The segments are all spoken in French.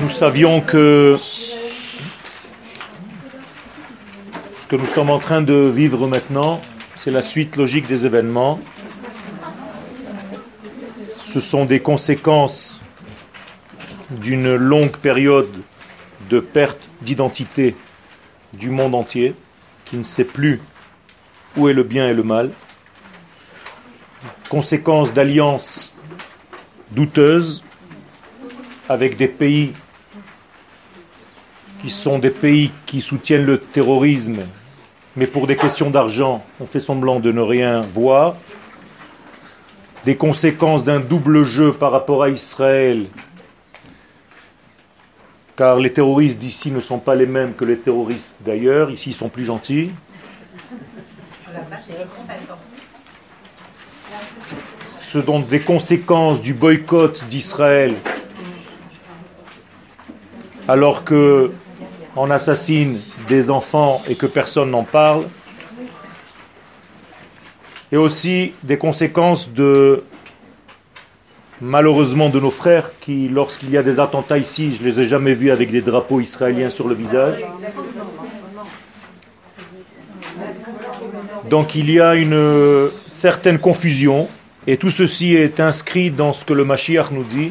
Nous savions que ce que nous sommes en train de vivre maintenant, c'est la suite logique des événements. Ce sont des conséquences d'une longue période de perte d'identité du monde entier, qui ne sait plus où est le bien et le mal. Conséquences d'alliances douteuses avec des pays qui sont des pays qui soutiennent le terrorisme, mais pour des questions d'argent, on fait semblant de ne rien voir. Des conséquences d'un double jeu par rapport à Israël, car les terroristes d'ici ne sont pas les mêmes que les terroristes d'ailleurs. Ici, ils sont plus gentils. Ce sont des conséquences du boycott d'Israël, alors que on assassine des enfants et que personne n'en parle. Et aussi des conséquences malheureusement de nos frères qui, lorsqu'il y a des attentats ici, je ne les ai jamais vus avec des drapeaux israéliens sur le visage. Donc il y a une certaine confusion, et tout ceci est inscrit dans ce que le Mashiach nous dit,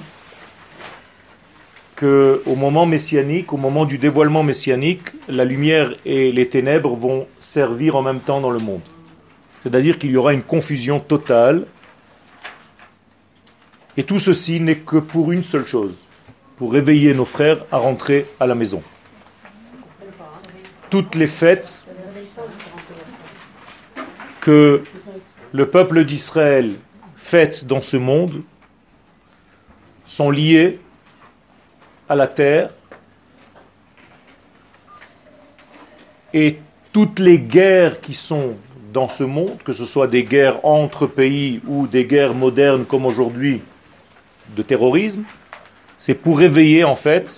qu'au moment messianique, au moment du dévoilement messianique, la lumière et les ténèbres vont servir en même temps dans le monde. C'est-à-dire qu'il y aura une confusion totale. Et tout ceci n'est que pour une seule chose, pour réveiller nos frères à rentrer à la maison. Toutes les fêtes que le peuple d'Israël fête dans ce monde sont liées à la terre, et toutes les guerres qui sont dans ce monde, que ce soit des guerres entre pays ou des guerres modernes comme aujourd'hui de terrorisme, c'est pour réveiller en fait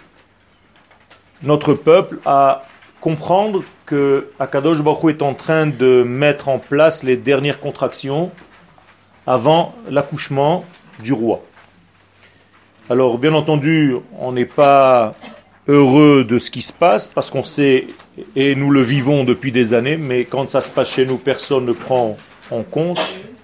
notre peuple à comprendre que Akadosh Baruch Hu est en train de mettre en place les dernières contractions avant l'accouchement du roi. Alors bien entendu, on n'est pas heureux de ce qui se passe parce qu'on sait, et nous le vivons depuis des années, mais quand ça se passe chez nous, personne ne prend en compte.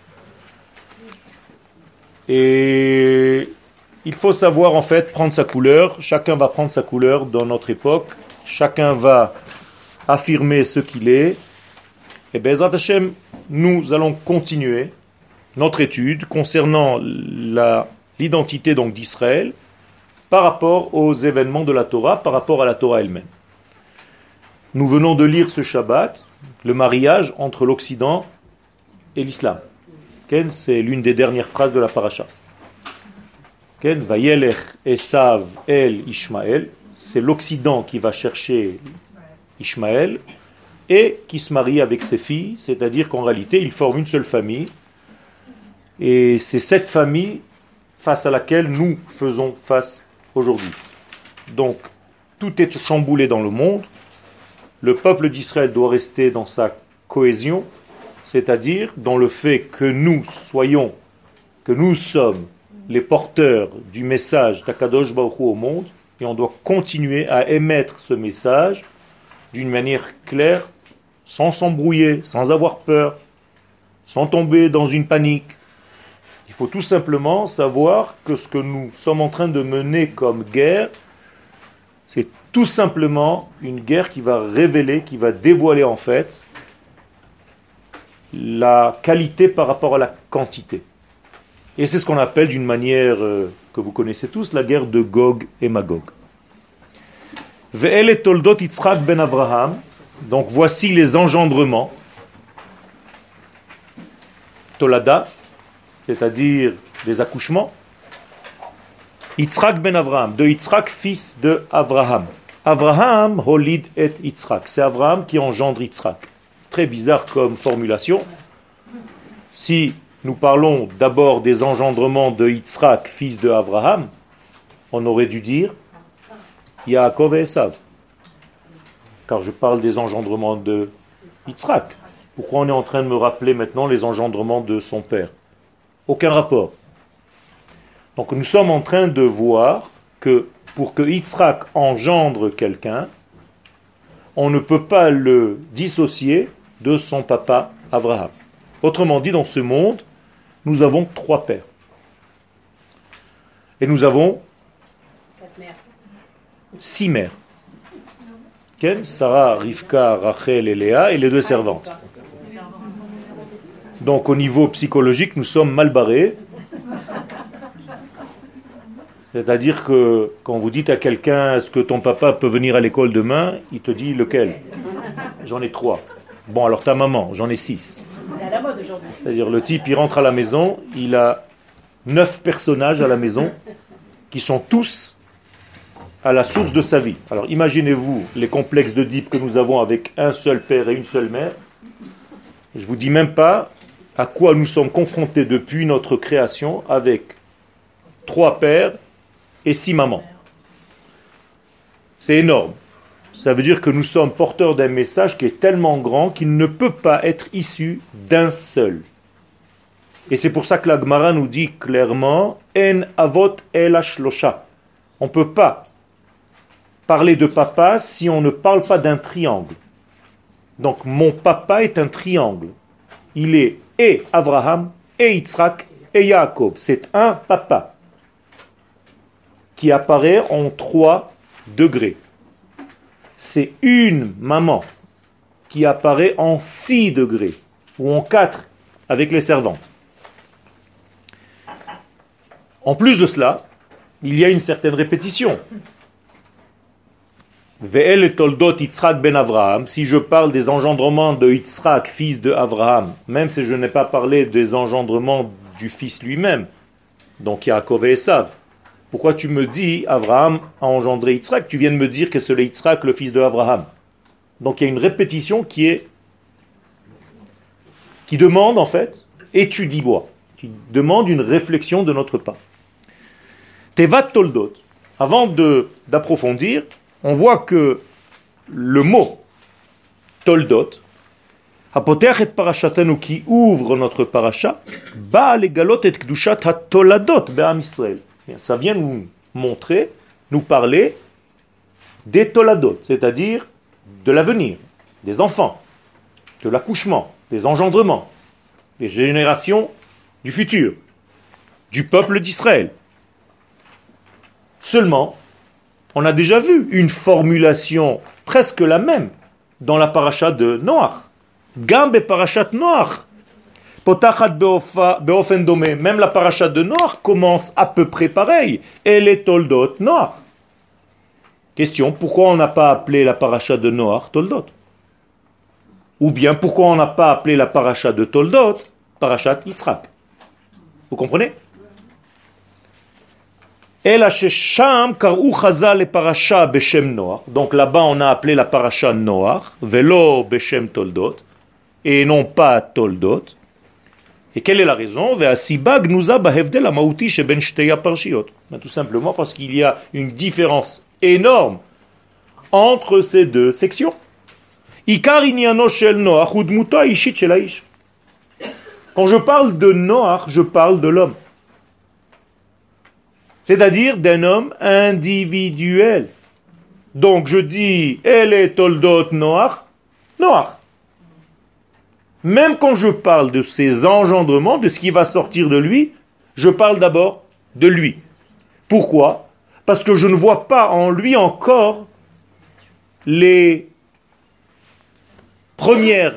Et il faut savoir en fait prendre sa couleur. Chacun va prendre sa couleur dans notre époque. Chacun va affirmer ce qu'il est. Et Be'ezrat Hashem, nous allons continuer notre étude concernant l'identité donc d'Israël par rapport aux événements de la Torah, par rapport à la Torah elle-même. Nous venons de lire ce Shabbat, le mariage entre l'Occident et l'Islam. C'est l'une des dernières phrases de la paracha. Vayelech Esav el Ishmael, c'est l'Occident qui va chercher Ishmael et qui se marie avec ses filles, c'est-à-dire qu'en réalité ils forment une seule famille, et c'est cette famille face à laquelle nous faisons face aujourd'hui. Donc, tout est chamboulé dans le monde. Le peuple d'Israël doit rester dans sa cohésion, c'est-à-dire dans le fait que nous sommes les porteurs du message d'Akadosh Baruch Hu au monde, et on doit continuer à émettre ce message d'une manière claire, sans s'embrouiller, sans avoir peur, sans tomber dans une panique. Il faut tout simplement savoir que ce que nous sommes en train de mener comme guerre, c'est tout simplement une guerre qui va révéler, qui va dévoiler en fait la qualité par rapport à la quantité. Et c'est ce qu'on appelle d'une manière que vous connaissez tous, la guerre de Gog et Magog. Ve'ele toldot Yitzchak ben Avraham, donc voici les engendrements, Tolada, c'est-à-dire des accouchements. Yitzhak ben Avraham, de Yitzhak, fils de Avraham. Avraham holid et Yitzhak. C'est Avraham qui engendre Yitzhak. Très bizarre comme formulation. Si nous parlons d'abord des engendrements de Yitzhak, fils de Avraham, on aurait dû dire Yaakov et Esav. Car je parle des engendrements de Yitzhak. Pourquoi on est en train de me rappeler maintenant les engendrements de son père? Aucun rapport. Donc nous sommes en train de voir que pour que Yitzhak engendre quelqu'un, on ne peut pas le dissocier de son papa Abraham. Autrement dit, dans ce monde, nous avons 3 pères. Et nous avons 6 mères. Sarah, Rivka, Rachel et Léa et les 2 servantes. Donc au niveau psychologique, nous sommes mal barrés. C'est-à-dire que quand vous dites à quelqu'un est-ce que ton papa peut venir à l'école demain, il te dit lequel? J'en ai 3. Bon, alors ta maman, j'en ai 6. C'est à la mode aujourd'hui. C'est-à-dire le type, il rentre à la maison, il a 9 personnages à la maison qui sont tous à la source de sa vie. Alors imaginez-vous les complexes d'Oedipe que nous avons avec un seul père et une seule mère. Je ne vous dis même pas à quoi nous sommes confrontés depuis notre création avec 3 pères et 6 mamans. C'est énorme. Ça veut dire que nous sommes porteurs d'un message qui est tellement grand qu'il ne peut pas être issu d'un seul. Et c'est pour ça que la Gemara nous dit clairement En avot el shlosha. On ne peut pas parler de papa si on ne parle pas d'un triangle. Donc mon papa est un triangle. Il est et Abraham, et Yitzhak, et Yaakov. C'est un papa qui apparaît en 3 degrés. C'est une maman qui apparaît en 6 degrés, ou en 4 avec les servantes. En plus de cela, il y a une certaine répétition. Ve'el et toldot Yitzhak ben Avraham, si je parle des engendrements de Yitzhak, fils de Avraham, même si je n'ai pas parlé des engendrements du fils lui-même, donc Yaakov et Esav, pourquoi tu me dis Avraham a engendré Yitzhak? Tu viens de me dire que c'est Yitzhak, le fils de Avraham. Donc il y a une répétition qui demande en fait, étudie-moi, qui demande une réflexion de notre part. Tevat Toldot, avant d'approfondir, on voit que le mot Toldot, Hapoteach et parashatanu, qui ouvre notre parasha, ba legalot et kdushat hatoladot be'am Israël. Ça vient nous montrer, nous parler des toladot, c'est-à-dire de l'avenir, des enfants, de l'accouchement, des engendrements, des générations du futur, du peuple d'Israël. Seulement, on a déjà vu une formulation presque la même dans la paracha de Noach. Gambe parachat Noach. Potachat beofen domé. Même la paracha de Noach commence à peu près pareil. Elle est toldot Noach. Question, pourquoi on n'a pas appelé la paracha de Noach toldot? Ou bien pourquoi on n'a pas appelé la paracha de toldot parachat Yitzhak? Vous comprenez? Donc là-bas on a appelé la paracha Noach, velo beshem toldot, et non pas toldot. Et quelle est la raison? Tout simplement parce qu'il y a une différence énorme entre ces 2 sections. Quand je parle de Noach, je parle de l'homme. C'est-à-dire d'un homme individuel. Donc je dis, elle est toldot Noach, Noach. Même quand je parle de ses engendrements, de ce qui va sortir de lui, je parle d'abord de lui. Pourquoi? Parce que je ne vois pas en lui encore les premières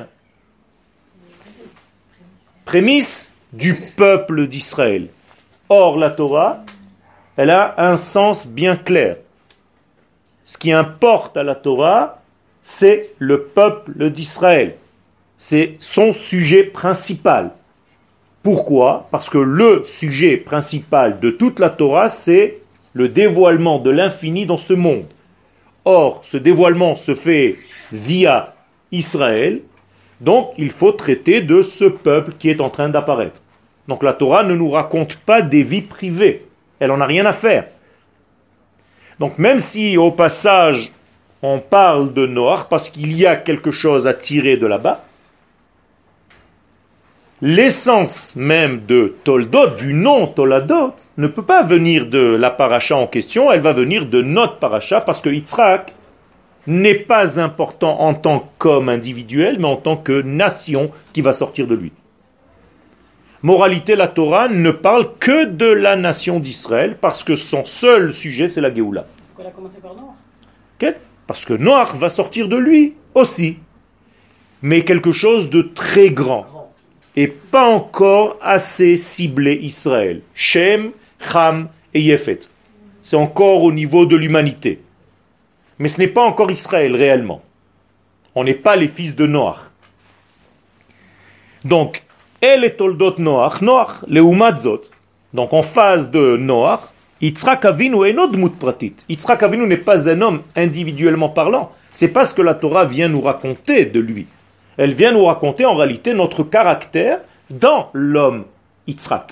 prémices du peuple d'Israël. Or, la Torah, elle a un sens bien clair. Ce qui importe à la Torah, c'est le peuple d'Israël. C'est son sujet principal. Pourquoi? Parce que le sujet principal de toute la Torah, c'est le dévoilement de l'infini dans ce monde. Or, ce dévoilement se fait via Israël, donc il faut traiter de ce peuple qui est en train d'apparaître. Donc la Torah ne nous raconte pas des vies privées. Elle n'en a rien à faire. Donc même si au passage on parle de Noach parce qu'il y a quelque chose à tirer de là-bas, l'essence même de Toldot, du nom Toladot, ne peut pas venir de la paracha en question, elle va venir de notre paracha, parce que Yitzhak n'est pas important en tant qu'homme individuel, mais en tant que nation qui va sortir de lui. Moralité, la Torah ne parle que de la nation d'Israël, parce que son seul sujet, c'est la Géoula. Elle a commencé par Noach. Okay? Parce que Noach va sortir de lui aussi, mais quelque chose de très grand, et pas encore assez ciblé Israël. Shem, Ham et Yefet. C'est encore au niveau de l'humanité. Mais ce n'est pas encore Israël réellement. On n'est pas les fils de Noach. Donc, elle est Toldot Noach, Noach, Leumadzot. Donc en face de Noach, Yitzhak Avinu est notre dmut pratit. Yitzhak Avinu n'est pas un homme individuellement parlant. C'est pas ce que la Torah vient nous raconter de lui. Elle vient nous raconter en réalité notre caractère dans l'homme Yitzhak.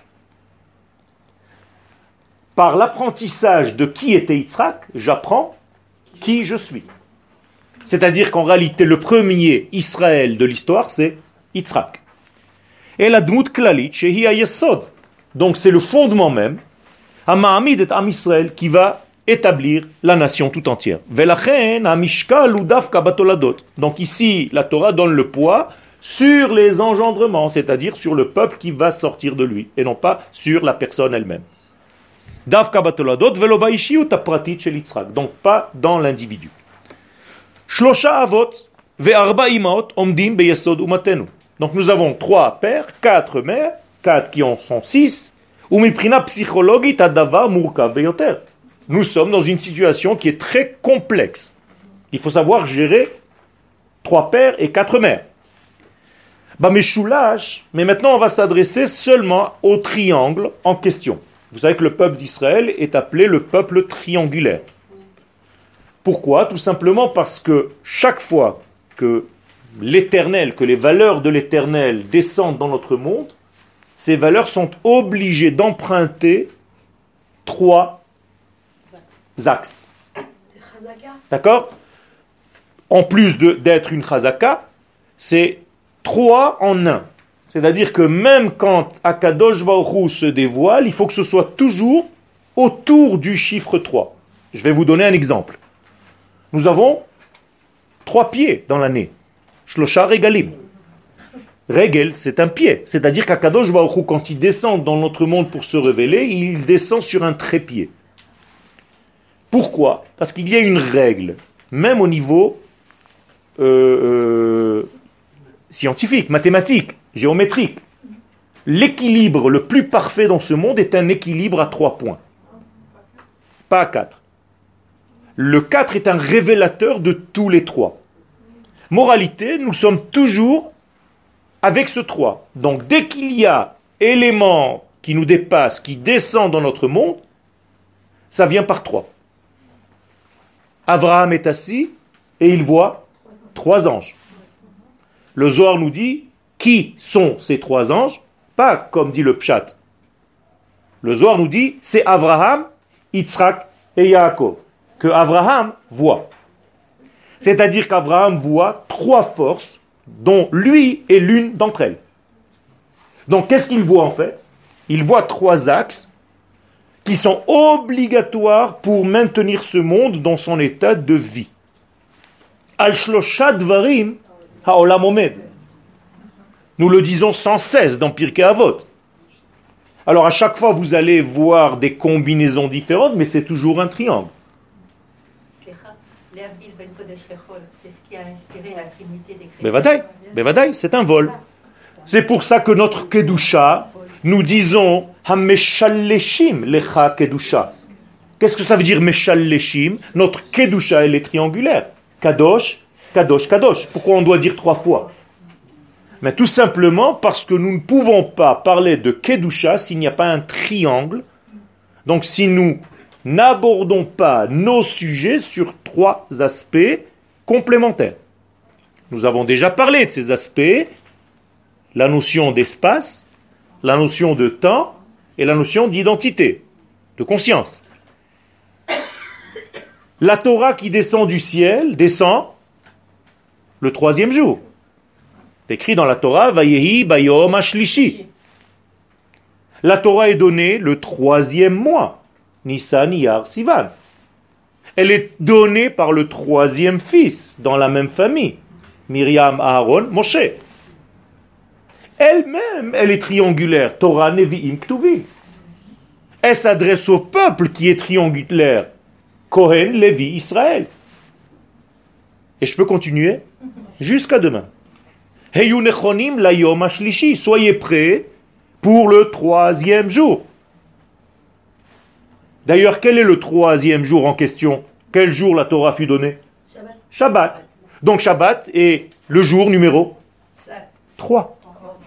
Par l'apprentissage de qui était Yitzhak, j'apprends qui je suis. C'est-à-dire qu'en réalité, le premier Israël de l'histoire, c'est Yitzhak. Et la dmut klalit, shehi hayesod. Donc c'est le fondement même, Hama'amid et Am Israël, qui va établir la nation tout entière. Velachen hamishkal udafka batoladot. Donc ici, la Torah donne le poids sur les engendrements, c'est-à-dire sur le peuple qui va sortir de lui, et non pas sur la personne elle-même. Davka batoladot velo baishiyut hapratit shel Yitzhak. Donc pas dans l'individu. Shlosha avot ve'arba imaot omdim beyesod umatenu. Donc nous avons 3 pères, 4 mères, 4 qui en sont 6. Umiprina psychologique adavar murkav beyoter. Nous sommes dans une situation qui est très complexe. Il faut savoir gérer 3 pères et 4 mères. Bameshulash, mais maintenant on va s'adresser seulement au triangle en question. Vous savez que le peuple d'Israël est appelé le peuple triangulaire. Pourquoi ? Tout simplement parce que chaque fois que l'Éternel, que les valeurs de l'Éternel descendent dans notre monde, ces valeurs sont obligées d'emprunter 3 axes. D'accord ? En plus d'être une chazaka, c'est 3 en 1. C'est-à-dire que même quand Akadosh Baruch Hu se dévoile, il faut que ce soit toujours autour du chiffre 3. Je vais vous donner un exemple. Nous avons 3 pieds dans l'année. Shlosha regalim. Regel, c'est un pied. C'est-à-dire qu'Akadosh Baruch Hu, quand il descend dans notre monde pour se révéler, il descend sur un trépied. Pourquoi ? Parce qu'il y a une règle, même au niveau scientifique, mathématique, géométrique. L'équilibre le plus parfait dans ce monde est un équilibre à 3 points. Pas à 4. Le 4 est un révélateur de tous les 3. Moralité, nous sommes toujours avec ce 3. Donc dès qu'il y a élément qui nous dépasse, qui descend dans notre monde, ça vient par 3. Abraham est assis et il voit 3 anges. Le Zohar nous dit qui sont ces 3 anges, pas comme dit le Pshat. Le Zohar nous dit c'est Abraham, Yitzhak et Yaakov que Abraham voit. C'est-à-dire qu'Abraham voit 3 forces dont lui est l'une d'entre elles. Donc qu'est-ce qu'il voit en fait ? Il voit 3 axes qui sont obligatoires pour maintenir ce monde dans son état de vie. Al-Shlosha Dvarim ha'olam omed. Nous le disons sans cesse dans Pirkei Avot. Alors à chaque fois vous allez voir des combinaisons différentes, mais c'est toujours un triangle. C'est ce qui a inspiré la Trinité des chrétiens. Bevadaï, c'est un vol. C'est pour ça que notre Kedusha, nous disons Hameshalleshim lecha Kedusha. Qu'est-ce que ça veut dire Meshalleshim ? Notre Kedusha, elle est triangulaire. Kadosh, Kadosh, Kadosh. Pourquoi on doit dire 3 fois ? Mais tout simplement parce que nous ne pouvons pas parler de Kedusha s'il n'y a pas un triangle. Donc si nous n'abordons pas nos sujets sur 3 aspects complémentaires. Nous avons déjà parlé de ces aspects, la notion d'espace, la notion de temps et la notion d'identité, de conscience. La Torah qui descend du ciel descend le 3e jour. C'est écrit dans la Torah, Vayehi bayom hashlishi. La Torah est donnée le 3e mois, Nissan, Iyar, Sivan. Elle est donnée par le 3e fils, dans la même famille, Myriam, Aaron, Moshe. Elle-même, elle est triangulaire, Torah, Nevi'im, Ktuvim. Elle s'adresse au peuple qui est triangulaire, Kohen, Lévi, Israël. Et je peux continuer jusqu'à demain. Heyu nechonim layom hashlishi. Soyez prêts pour le 3e jour. D'ailleurs, quel est le 3e jour en question? Quel jour la Torah fut donnée? Shabbat. Donc Shabbat est le jour numéro 3.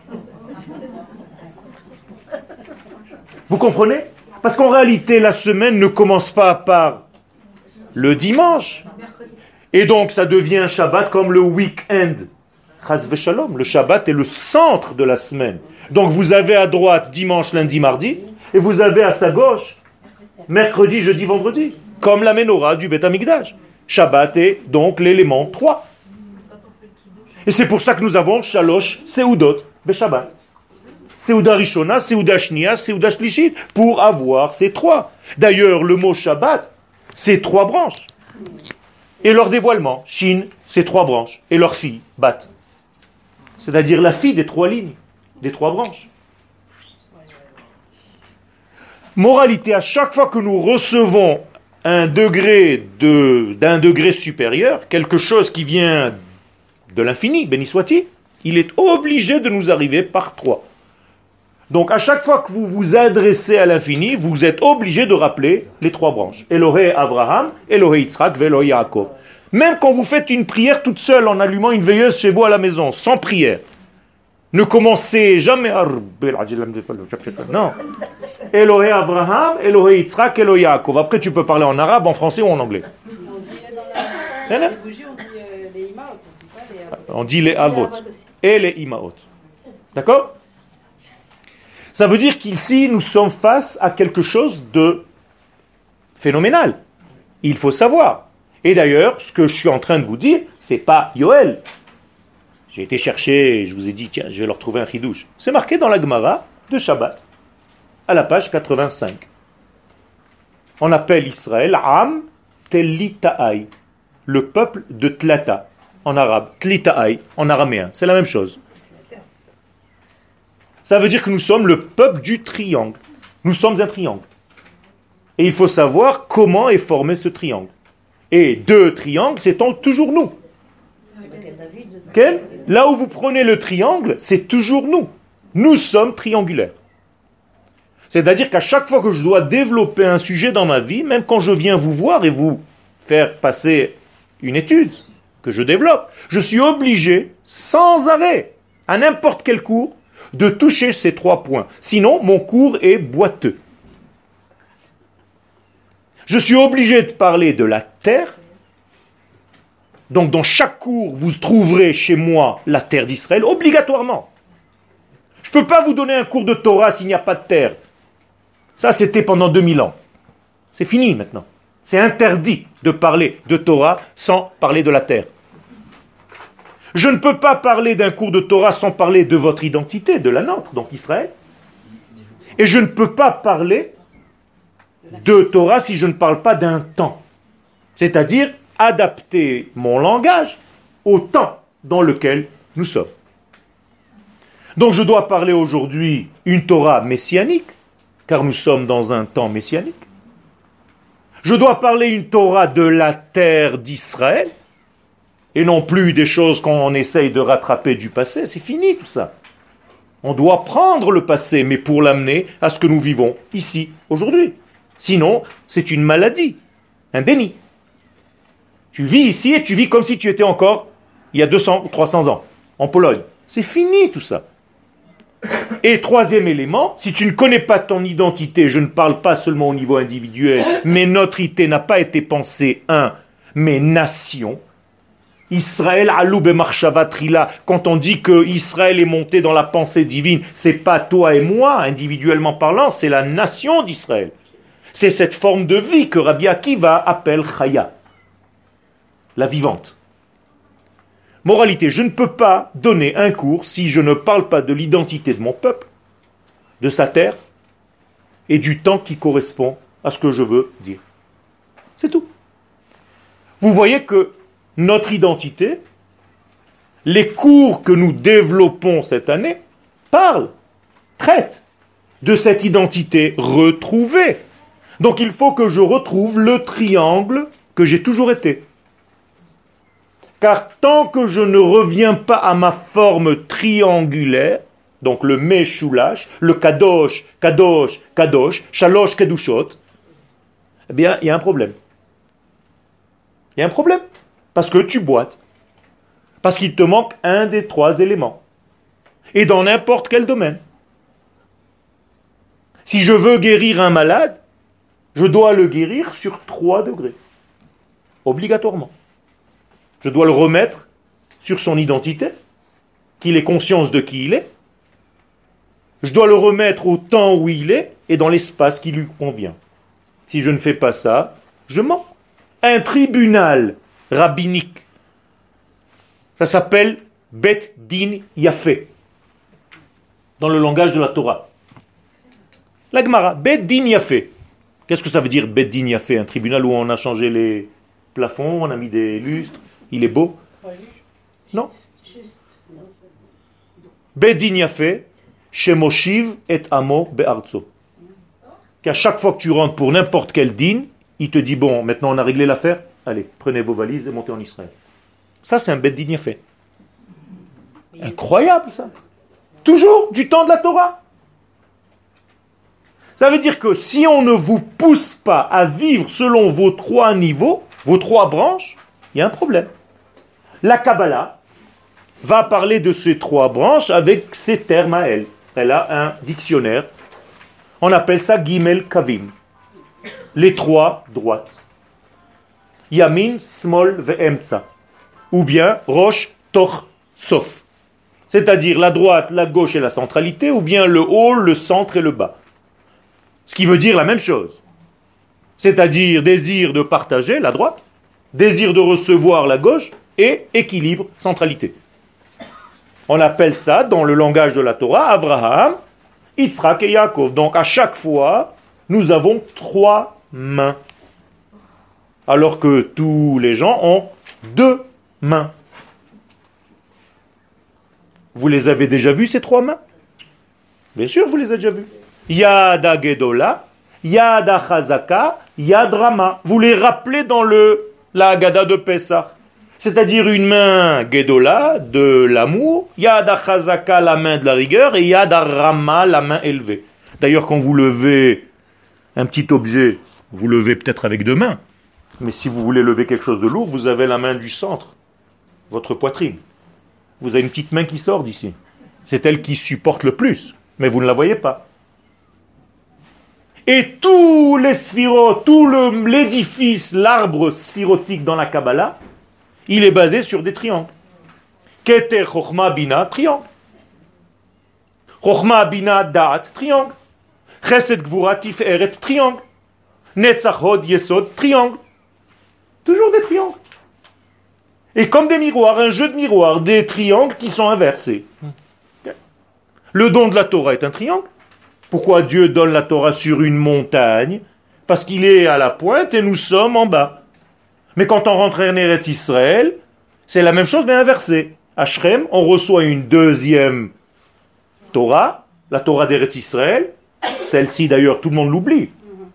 Vous comprenez? Parce qu'en réalité, la semaine ne commence pas par le dimanche. Et donc ça devient Shabbat comme le week-end. Chas v'shalom. Le Shabbat est le centre de la semaine. Donc vous avez à droite dimanche, lundi, mardi, et vous avez à sa gauche mercredi, jeudi, vendredi. Comme la menorah du Beth Amikdash. Shabbat est donc l'élément 3. Et c'est pour ça que nous avons Shalosh Seudot Beshabbat. Seuda Rishona, Seuda Shnia, Seuda Shlishit, pour avoir ces 3. D'ailleurs, le mot Shabbat, c'est 3 branches. Et leur dévoilement, Shin, c'est 3 branches. Et leur fille, Bat. C'est-à-dire la fille des 3 lignes, des 3 branches. Moralité, à chaque fois que nous recevons d'un degré supérieur, quelque chose qui vient de l'infini, béni soit-il, il est obligé de nous arriver par 3. Donc à chaque fois que vous vous adressez à l'infini, vous êtes obligé de rappeler les 3 branches. Elohé Abraham, Elohé Yitzhak, Elohé Yaakov. Même quand vous faites une prière toute seule en allumant une veilleuse chez vous à la maison, sans prière, ne commencez jamais à... Non. Elohé Abraham, Elohé Yitzhak, Elohé Yaakov. Après tu peux parler en arabe, en français ou en anglais. On dit les avot et les imaot. D'accord? Ça veut dire qu'ici, nous sommes face à quelque chose de phénoménal. Il faut savoir. Et d'ailleurs, ce que je suis en train de vous dire, c'est pas Yoel. J'ai été chercher, je vous ai dit, tiens, je vais leur trouver un chidouche. C'est marqué dans la Gemara de Shabbat, à la page 85. On appelle Israël Am Telitaï, le peuple de Tlata, en arabe. Tlitaï, en araméen. C'est la même chose. Ça veut dire que nous sommes le peuple du triangle. Nous sommes un triangle. Et il faut savoir comment est formé ce triangle. Et 2 triangles, c'est toujours nous. Okay? Là où vous prenez le triangle, c'est toujours nous. Nous sommes triangulaires. C'est-à-dire qu'à chaque fois que je dois développer un sujet dans ma vie, même quand je viens vous voir et vous faire passer une étude que je développe, je suis obligé, sans arrêt, à n'importe quel cours, de toucher ces 3 points. Sinon, mon cours est boiteux. Je suis obligé de parler de la terre. Donc, dans chaque cours, vous trouverez chez moi la terre d'Israël, obligatoirement. Je ne peux pas vous donner un cours de Torah s'il n'y a pas de terre. Ça, c'était pendant 2000 ans. C'est fini maintenant. C'est interdit de parler de Torah sans parler de la terre. Je ne peux pas parler d'un cours de Torah sans parler de votre identité, de la nôtre, donc Israël. Et je ne peux pas parler de Torah si je ne parle pas d'un temps. C'est-à-dire adapter mon langage au temps dans lequel nous sommes. Donc je dois parler aujourd'hui une Torah messianique, car nous sommes dans un temps messianique. Je dois parler une Torah de la terre d'Israël, et non plus des choses qu'on essaye de rattraper du passé. C'est fini tout ça. On doit prendre le passé, mais pour l'amener à ce que nous vivons ici, aujourd'hui. Sinon, c'est une maladie, un déni. Tu vis ici et tu vis comme si tu étais encore il y a 200 ou 300 ans, en Pologne. C'est fini tout ça. Et 3e élément, si tu ne connais pas ton identité, je ne parle pas seulement au niveau individuel, mais notre idée n'a pas été pensée mais nation. Israël alou b'marshava trila. Quand on dit que Israël est monté dans la pensée divine, c'est pas toi et moi, individuellement parlant, c'est la nation d'Israël. C'est cette forme de vie que Rabbi Akiva appelle Chaya, la vivante. Moralité, je ne peux pas donner un cours si je ne parle pas de l'identité de mon peuple, de sa terre et du temps qui correspond à ce que je veux dire. C'est tout. Vous voyez que notre identité, les cours que nous développons cette année, parlent, traitent de cette identité retrouvée. Donc il faut que je retrouve le triangle que j'ai toujours été. Car tant que je ne reviens pas à ma forme triangulaire, donc le Meshulash, le Kadosh, Kadosh, Kadosh, Shalosh, Kedushot, eh bien, il y a un problème. Il y a un problème. Parce que tu boites. Parce qu'il te manque un des trois éléments. Et dans n'importe quel domaine. Si je veux guérir un malade, je dois le guérir sur 3 degrés. Obligatoirement. Je dois le remettre sur son identité, qu'il ait conscience de qui il est. Je dois le remettre au temps où il est et dans l'espace qui lui convient. Si je ne fais pas ça, je mens. Un tribunal rabbinique, ça s'appelle Bet Din Yafé, dans le langage de la Torah. La Gemara, Bet Din Yafé. Qu'est-ce que ça veut dire Bet Din Yafé? Un tribunal où on a changé les plafonds, on a mis des lustres, il est beau? Non. Bet Din Yafé, Shemoshiv et Amo Be'arzo. Qu'à chaque fois que tu rentres pour n'importe quel din, il te dit, bon, maintenant on a réglé l'affaire, allez, prenez vos valises et montez en Israël. Ça, c'est un Bet Din Yafé. Incroyable, ça. Toujours du temps de la Torah. Ça veut dire que si on ne vous pousse pas à vivre selon vos 3 niveaux, vos 3 branches, il y a un problème. La Kabbalah va parler de ces 3 branches avec ses termes à elle. Elle a un dictionnaire. On appelle ça Gimel Kavim. Les 3 droites. Yamin, Smol, Ve'emtsa. Ou bien Rosh, Toch, Sof. C'est-à-dire la droite, la gauche et la centralité, ou bien le haut, le centre et le bas. Ce qui veut dire la même chose. C'est-à-dire désir de partager, la droite, désir de recevoir, la gauche, et équilibre, centralité. On appelle ça, dans le langage de la Torah, Abraham, Yitzhak et Yaakov. Donc à chaque fois, nous avons 3 mains. Alors que tous les gens ont 2 mains. Vous les avez déjà vus, ces 3 mains? Bien sûr, vous les avez déjà vus. Yada Gedola, Yada Chazaka, Yad Rama. Vous les rappelez dans la Haggadah de Pessah. C'est-à-dire une main Gedola, de l'amour, Yada Chazaka, la main de la rigueur, et Yada Rama, la main élevée. D'ailleurs, quand vous levez un petit objet, vous levez peut-être avec 2 mains. Mais si vous voulez lever quelque chose de lourd, vous avez la main du centre, votre poitrine. Vous avez une petite main qui sort d'ici. C'est elle qui supporte le plus, mais vous ne la voyez pas. Et tous les sphirotes, tout l'édifice, l'arbre sphirotique dans la Kabbalah, il est basé sur des triangles. Keter Chochma Bina, triangle. Chochma Bina Da'at, triangle. Chesed Gvura Tiferet, triangle. Netzach Hod Yesod, triangle. Toujours des triangles. Et comme des miroirs, un jeu de miroirs, des triangles qui sont inversés. Le don de la Torah est un triangle. Pourquoi Dieu donne la Torah sur une montagne? Parce qu'il est à la pointe et nous sommes en bas. Mais quand on rentre en Eretz Israël, c'est la même chose mais inversée. À Shrem, on reçoit une 2e Torah, la Torah d'Eretz Israël. Celle-ci d'ailleurs, tout le monde l'oublie.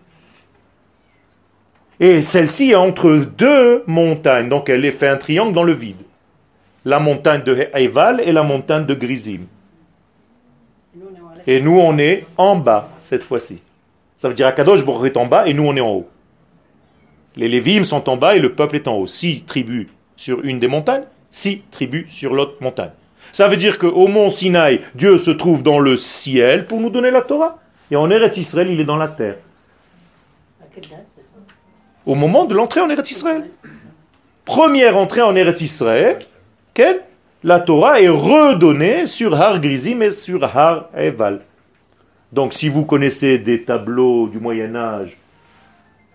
Et celle-ci est entre 2 montagnes, donc elle fait un triangle dans le vide. La montagne de Heival et la montagne de Grizim. Et nous, on est en bas, cette fois-ci. Ça veut dire Akadosh Baruch est en bas et nous, on est en haut. Les Lévim sont en bas et le peuple est en haut. 6 tribus sur une des montagnes, 6 tribus sur l'autre montagne. Ça veut dire qu'au mont Sinaï, Dieu se trouve dans le ciel pour nous donner la Torah. Et en Eretz Israël, il est dans la terre. À quelle date, c'est ça? Au moment de l'entrée en Eretz Israël. Première entrée en Eretz Israël, quelle? La Torah est redonnée sur Har Grizim et sur Har Eval. Donc si vous connaissez des tableaux du Moyen-Âge,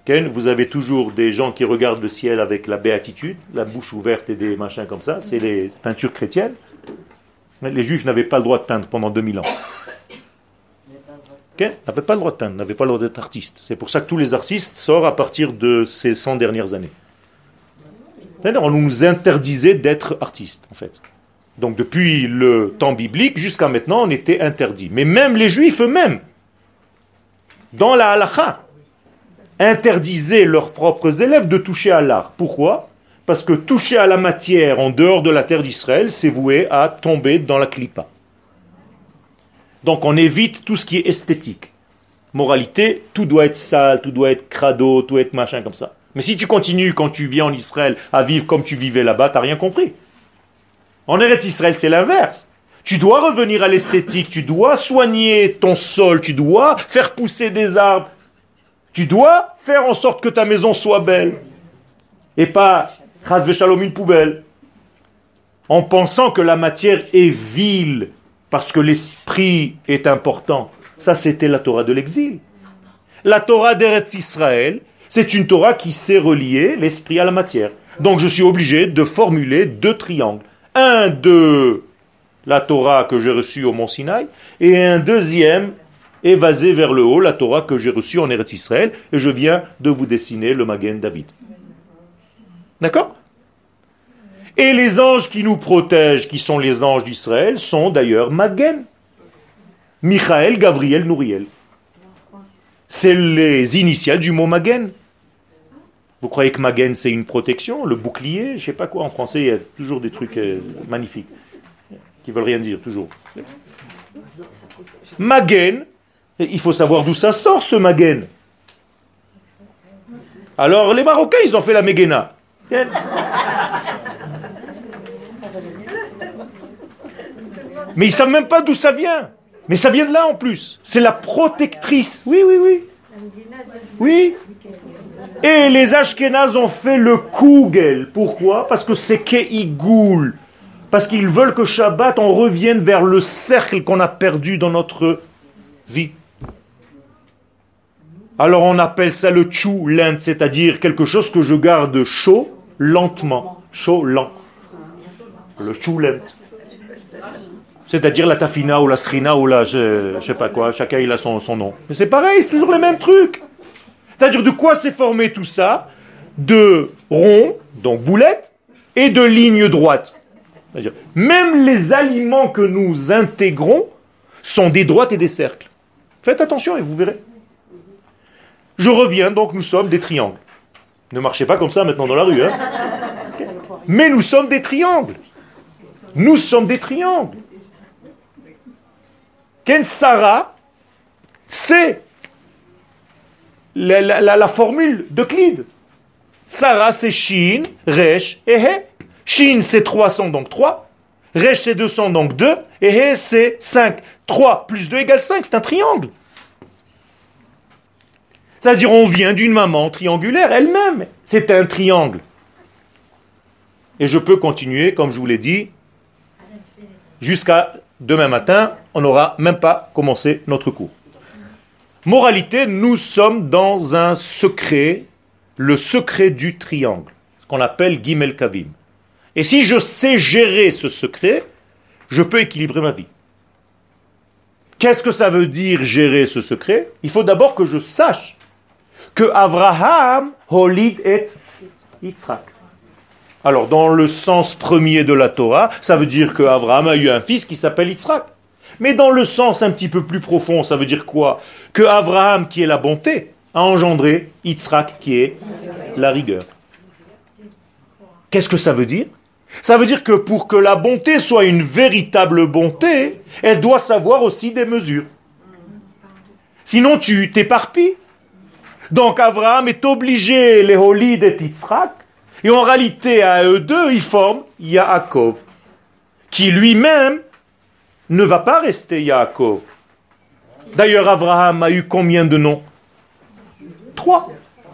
Vous avez toujours des gens qui regardent le ciel avec la béatitude, la bouche ouverte et des machins comme ça. C'est les peintures chrétiennes. Les juifs n'avaient pas le droit de peindre pendant 2000 ans. N'avaient pas le droit de peindre, n'avaient pas le droit d'être artistes. C'est pour ça que tous les artistes sortent à partir de ces 100 dernières années. On nous interdisait d'être artistes, en fait. Donc depuis le temps biblique jusqu'à maintenant, on était interdit. Mais même les juifs eux-mêmes, dans la halakha, interdisaient leurs propres élèves de toucher à l'art. Pourquoi? Parce que toucher à la matière en dehors de la terre d'Israël, c'est voué à tomber dans la clipa. Donc on évite tout ce qui est esthétique. Moralité, tout doit être sale, tout doit être crado, tout doit être machin comme ça. Mais si tu continues quand tu viens en Israël à vivre comme tu vivais là-bas, tu n'as rien compris. En Eretz Israël, c'est l'inverse. Tu dois revenir à l'esthétique, tu dois soigner ton sol, tu dois faire pousser des arbres, tu dois faire en sorte que ta maison soit belle. Et pas, chas v'shalom, une poubelle. En pensant que la matière est vile, parce que l'esprit est important. Ça, c'était la Torah de l'exil. La Torah d'Eretz Israël, c'est une Torah qui sait relier l'esprit à la matière. Donc je suis obligé de formuler 2 triangles. Un de la Torah que j'ai reçue au Mont Sinaï, et un deuxième évasé vers le haut, la Torah que j'ai reçue en Eretz Israël, et je viens de vous dessiner le Magen David. D'accord? Et les anges qui nous protègent, qui sont les anges d'Israël, sont d'ailleurs Magen. Michael, Gabriel, Nouriel. C'est les initiales du mot Magen. Vous croyez que Magen c'est une protection, le bouclier, je sais pas quoi, en français il y a toujours des trucs magnifiques, qui veulent rien dire, toujours. Magen, il faut savoir d'où ça sort ce Magen. Alors les Marocains ils ont fait la Megena. Mais ils ne savent même pas d'où ça vient. Mais ça vient de là en plus. C'est la protectrice. Oui, oui, oui. Oui. Et les Ashkénazes ont fait le Kugel. Pourquoi? Parce que c'est Keigoul. Parce qu'ils veulent que Shabbat, on revienne vers le cercle qu'on a perdu dans notre vie. Alors on appelle ça le Tchoulent, c'est-à-dire quelque chose que je garde chaud, lentement. Chaud, lent. Le Tchoulent. C'est-à-dire la tafina ou la srina ou la je sais pas quoi, chacun il a son nom. Mais c'est pareil, c'est toujours les mêmes trucs. C'est-à-dire de quoi s'est formé tout ça? De ronds, donc boulettes, et de lignes droites. C'est-à-dire, même les aliments que nous intégrons sont des droites et des cercles. Faites attention et vous verrez. Je reviens, donc nous sommes des triangles. Ne marchez pas comme ça maintenant dans la rue. Hein. Mais nous sommes des triangles. Nous sommes des triangles. Ken Sarah, c'est la formule d'Euclide. Sarah, c'est Shin, Resh et He. Shin, c'est 300, donc 3. Resh, c'est 200, donc 2. Et He, c'est 5. 3 plus 2 égale 5, c'est un triangle. C'est-à-dire, on vient d'une maman triangulaire elle-même. C'est un triangle. Et je peux continuer, comme je vous l'ai dit, jusqu'à demain matin, on n'aura même pas commencé notre cours. Moralité, nous sommes dans un secret, le secret du triangle, ce qu'on appelle Gimel Kavim. Et si je sais gérer ce secret, je peux équilibrer ma vie. Qu'est-ce que ça veut dire gérer ce secret? Il faut d'abord que je sache que Abraham holid et Yitzhak. Alors, dans le sens premier de la Torah, ça veut dire que Abraham a eu un fils qui s'appelle Yitzhak. Mais dans le sens un petit peu plus profond, ça veut dire quoi? Que Abraham, qui est la bonté, a engendré Yitzhak, qui est la rigueur. Qu'est-ce que ça veut dire? Ça veut dire que pour que la bonté soit une véritable bonté, elle doit savoir aussi des mesures. Sinon, tu t'éparpilles. Donc, Abraham est obligé, les Holid et Yitzhak, et en réalité, à eux deux, ils forment Yaakov, qui lui-même ne va pas rester Yaakov. D'ailleurs, Abraham a eu combien de noms? 3.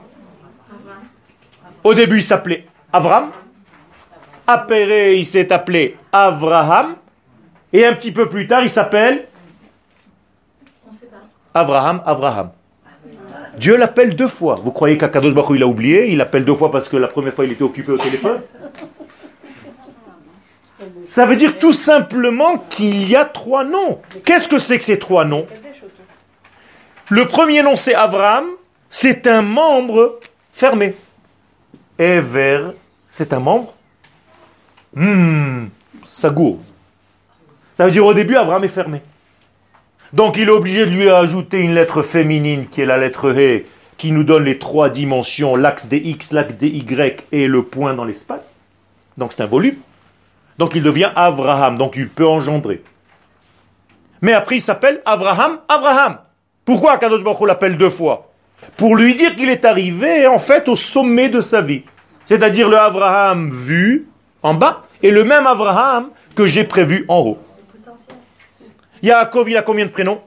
Au début, il s'appelait Avram. Après, il s'est appelé Avraham. Et un petit peu plus tard, il s'appelle Avraham. Dieu l'appelle 2 fois. Vous croyez qu'Akadosh Baruch Hu, il a oublié? Il l'appelle 2 fois parce que la première fois il était occupé au téléphone? Ça veut dire tout simplement qu'il y a 3 noms. Qu'est-ce que c'est que ces 3 noms? Le premier nom c'est Abraham, c'est un membre fermé. Ever, c'est un membre Sagour. Ça veut dire au début Abraham est fermé. Donc il est obligé de lui ajouter une lettre féminine qui est la lettre He, qui nous donne les 3 dimensions, l'axe des X, l'axe des Y et le point dans l'espace. Donc c'est un volume. Donc il devient Abraham, donc il peut engendrer. Mais après il s'appelle Abraham. Pourquoi Kadosh Baruch Hu l'appelle 2 fois? Pour lui dire qu'il est arrivé en fait au sommet de sa vie. C'est-à-dire le Abraham vu en bas et le même Abraham que j'ai prévu en haut. Yaakov, il a combien de prénoms?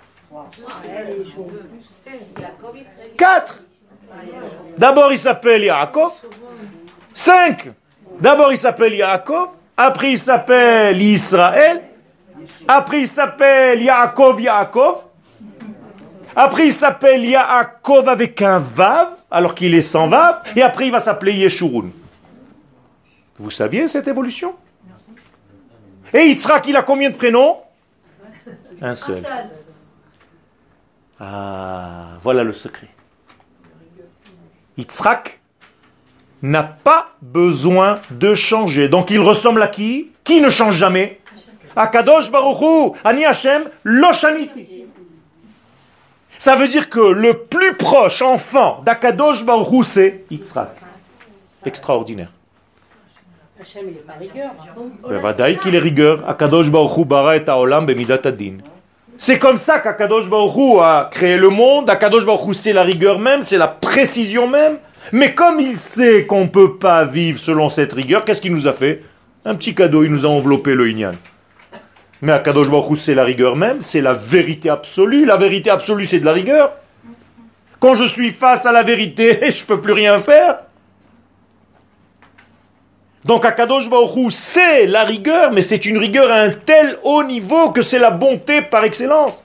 4. D'abord il s'appelle Yaakov. 5. D'abord il s'appelle Yaakov. Après il s'appelle Israël. Après il s'appelle Yaakov. Après il s'appelle Yaakov avec un Vav, alors qu'il est sans Vav. Et après il va s'appeler Yeshurun. Vous saviez cette évolution? Et Yitzhak, il a combien de prénoms? Un seul. Ah, voilà le secret. Yitzhak n'a pas besoin de changer. Donc il ressemble à qui? Qui ne change jamais? À Kadosh Baruch Hu, Ani Hashem, Lo Shaniti. Ça veut dire que le plus proche enfant d'Akadosh Baruch Hu, c'est Yitzhak. Extraordinaire. Hachem, il n'est pas rigueur. Vadaï qu'il est rigueur. Akadosh Baruch Hu bara et haolam bemidat adin. C'est comme ça qu'Akadosh Baruch Hu a créé le monde. Akadosh Baruch Hu, c'est la rigueur même, c'est la précision même. Mais comme il sait qu'on ne peut pas vivre selon cette rigueur, qu'est-ce qu'il nous a fait? Un petit cadeau, il nous a enveloppé le Inyan. Mais Akadosh Baruch Hu, c'est la rigueur même, c'est la vérité absolue. La vérité absolue, c'est de la rigueur. Quand je suis face à la vérité, je ne peux plus rien faire. Donc Akadosh Baruch Hu, c'est la rigueur, mais c'est une rigueur à un tel haut niveau que c'est la bonté par excellence.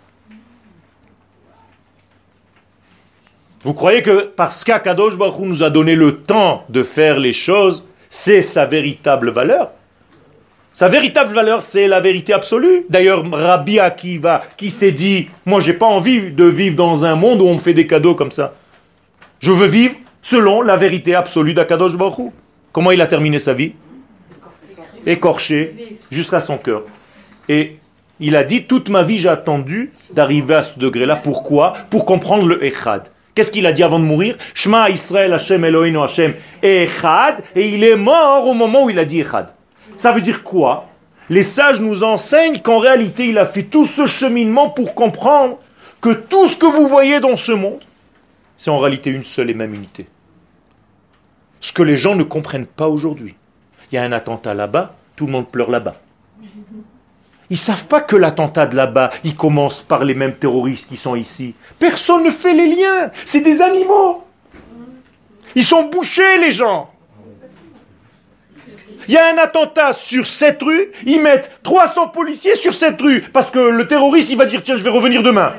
Vous croyez que parce qu'Akadosh Baruch Hu nous a donné le temps de faire les choses, c'est sa véritable valeur? Sa véritable valeur, c'est la vérité absolue. D'ailleurs, Rabbi Akiva, qui s'est dit, moi j'ai pas envie de vivre dans un monde où on me fait des cadeaux comme ça. Je veux vivre selon la vérité absolue d'Akadosh Baruch Hu. Comment il a terminé sa vie? Écorché jusqu'à son cœur. Et il a dit, toute ma vie j'ai attendu d'arriver à ce degré-là. Pourquoi? Pour comprendre le Echad. Qu'est-ce qu'il a dit avant de mourir? Shema Israël Hashem Eloheinu Hashem Echad. Et il est mort au moment où il a dit Echad. Ça veut dire quoi? Les sages nous enseignent qu'en réalité il a fait tout ce cheminement pour comprendre que tout ce que vous voyez dans ce monde, c'est en réalité une seule et même unité. Ce que les gens ne comprennent pas aujourd'hui. Il y a un attentat là-bas, tout le monde pleure là-bas. Ils ne savent pas que l'attentat de là-bas, il commence par les mêmes terroristes qui sont ici. Personne ne fait les liens. C'est des animaux. Ils sont bouchés, les gens. Il y a un attentat sur cette rue, ils mettent 300 policiers sur cette rue, parce que le terroriste, il va dire, tiens, je vais revenir demain.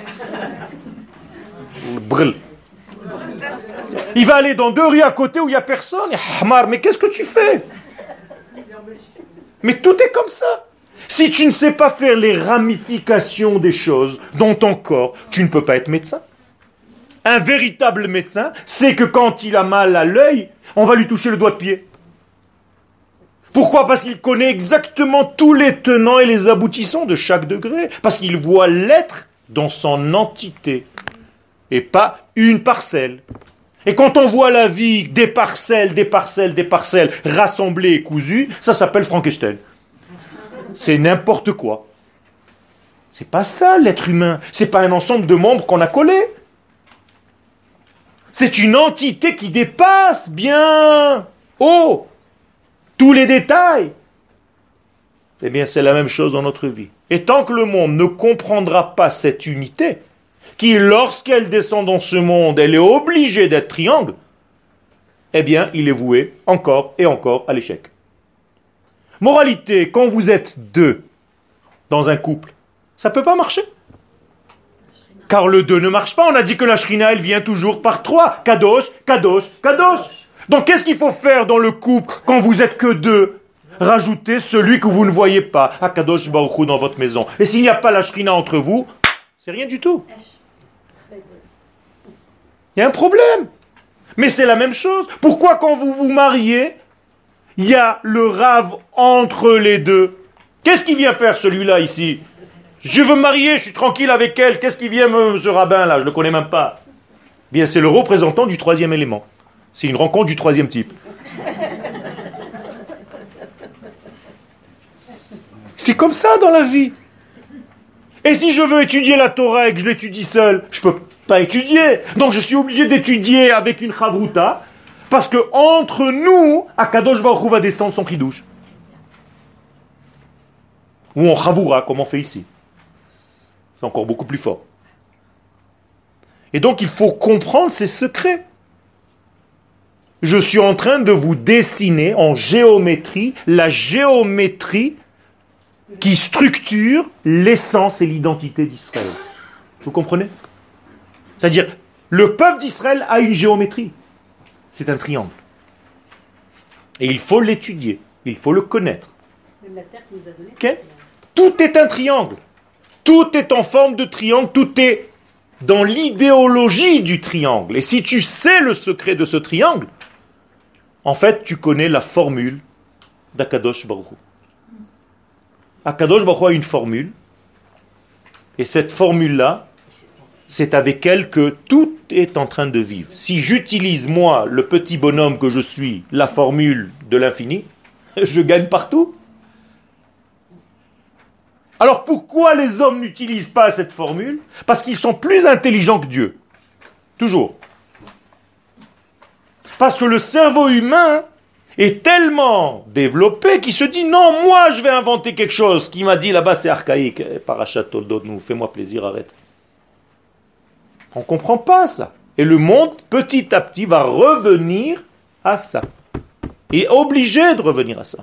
Brrr. Il va aller dans 2 rues à côté où il n'y a personne. Hamar, mais qu'est-ce que tu fais? Mais tout est comme ça. Si tu ne sais pas faire les ramifications des choses dans ton corps, tu ne peux pas être médecin. Un véritable médecin, c'est que quand il a mal à l'œil, on va lui toucher le doigt de pied. Pourquoi? Parce qu'il connaît exactement tous les tenants et les aboutissants de chaque degré. Parce qu'il voit l'être dans son entité et pas une parcelle. Et quand on voit la vie des parcelles rassemblées et cousues, ça s'appelle Frankenstein. C'est n'importe quoi. C'est pas ça l'être humain. C'est pas un ensemble de membres qu'on a collés. C'est une entité qui dépasse bien haut tous les détails. Eh bien, c'est la même chose dans notre vie. Et tant que le monde ne comprendra pas cette unité, qui, lorsqu'elle descend dans ce monde, elle est obligée d'être triangle, eh bien, il est voué encore et encore à l'échec. Moralité, quand vous êtes 2 dans un couple, ça ne peut pas marcher. Car le 2 ne marche pas. On a dit que la Shrina, elle vient toujours par 3. Kadosh, Kadosh, Kadosh. Donc qu'est-ce qu'il faut faire dans le couple quand vous êtes que 2? Rajoutez celui que vous ne voyez pas. Kadosh Baruch Hu dans votre maison. Et s'il n'y a pas la Shrina entre vous, c'est rien du tout. Il y a un problème. Mais c'est la même chose. Pourquoi quand vous vous mariez, il y a le Rav entre les deux? Qu'est-ce qu'il vient faire celui-là ici? Je veux me marier, je suis tranquille avec elle. Qu'est-ce qu'il vient, ce rabbin là? Je ne le connais même pas. Bien, c'est le représentant du 3e élément. C'est une rencontre du 3e type. C'est comme ça dans la vie. Et si je veux étudier la Torah et que je l'étudie seul, je ne peux pas étudier. Donc je suis obligé d'étudier avec une chavruta, parce que entre nous, Akadosh Baruch Hu va descendre son chidouche. Ou en chavura, comme on fait ici. C'est encore beaucoup plus fort. Et donc il faut comprendre ces secrets. Je suis en train de vous dessiner en géométrie la géométrie qui structure l'essence et l'identité d'Israël. Vous comprenez? C'est-à-dire, le peuple d'Israël a une géométrie. C'est un triangle. Et il faut l'étudier, il faut le connaître. Même la terre qui nous a donné. Okay? Tout est un triangle. Tout est en forme de triangle, tout est dans l'idéologie du triangle. Et si tu sais le secret de ce triangle, en fait, tu connais la formule d'Akadosh Baruch Hu. Akadosh Baruch Hu a une formule, et cette formule-là, c'est avec elle que tout est en train de vivre. Si j'utilise, moi, le petit bonhomme que je suis, la formule de l'infini, je gagne partout. Alors pourquoi les hommes n'utilisent pas cette formule? Parce qu'ils sont plus intelligents que Dieu. Toujours. Parce que le cerveau humain est tellement développé qu'il se dit non, moi je vais inventer quelque chose. Qui m'a dit là-bas c'est archaïque. Parachat Toldot, nous, fais-moi plaisir, arrête. On ne comprend pas ça. Et le monde, petit à petit, va revenir à ça. Il est obligé de revenir à ça.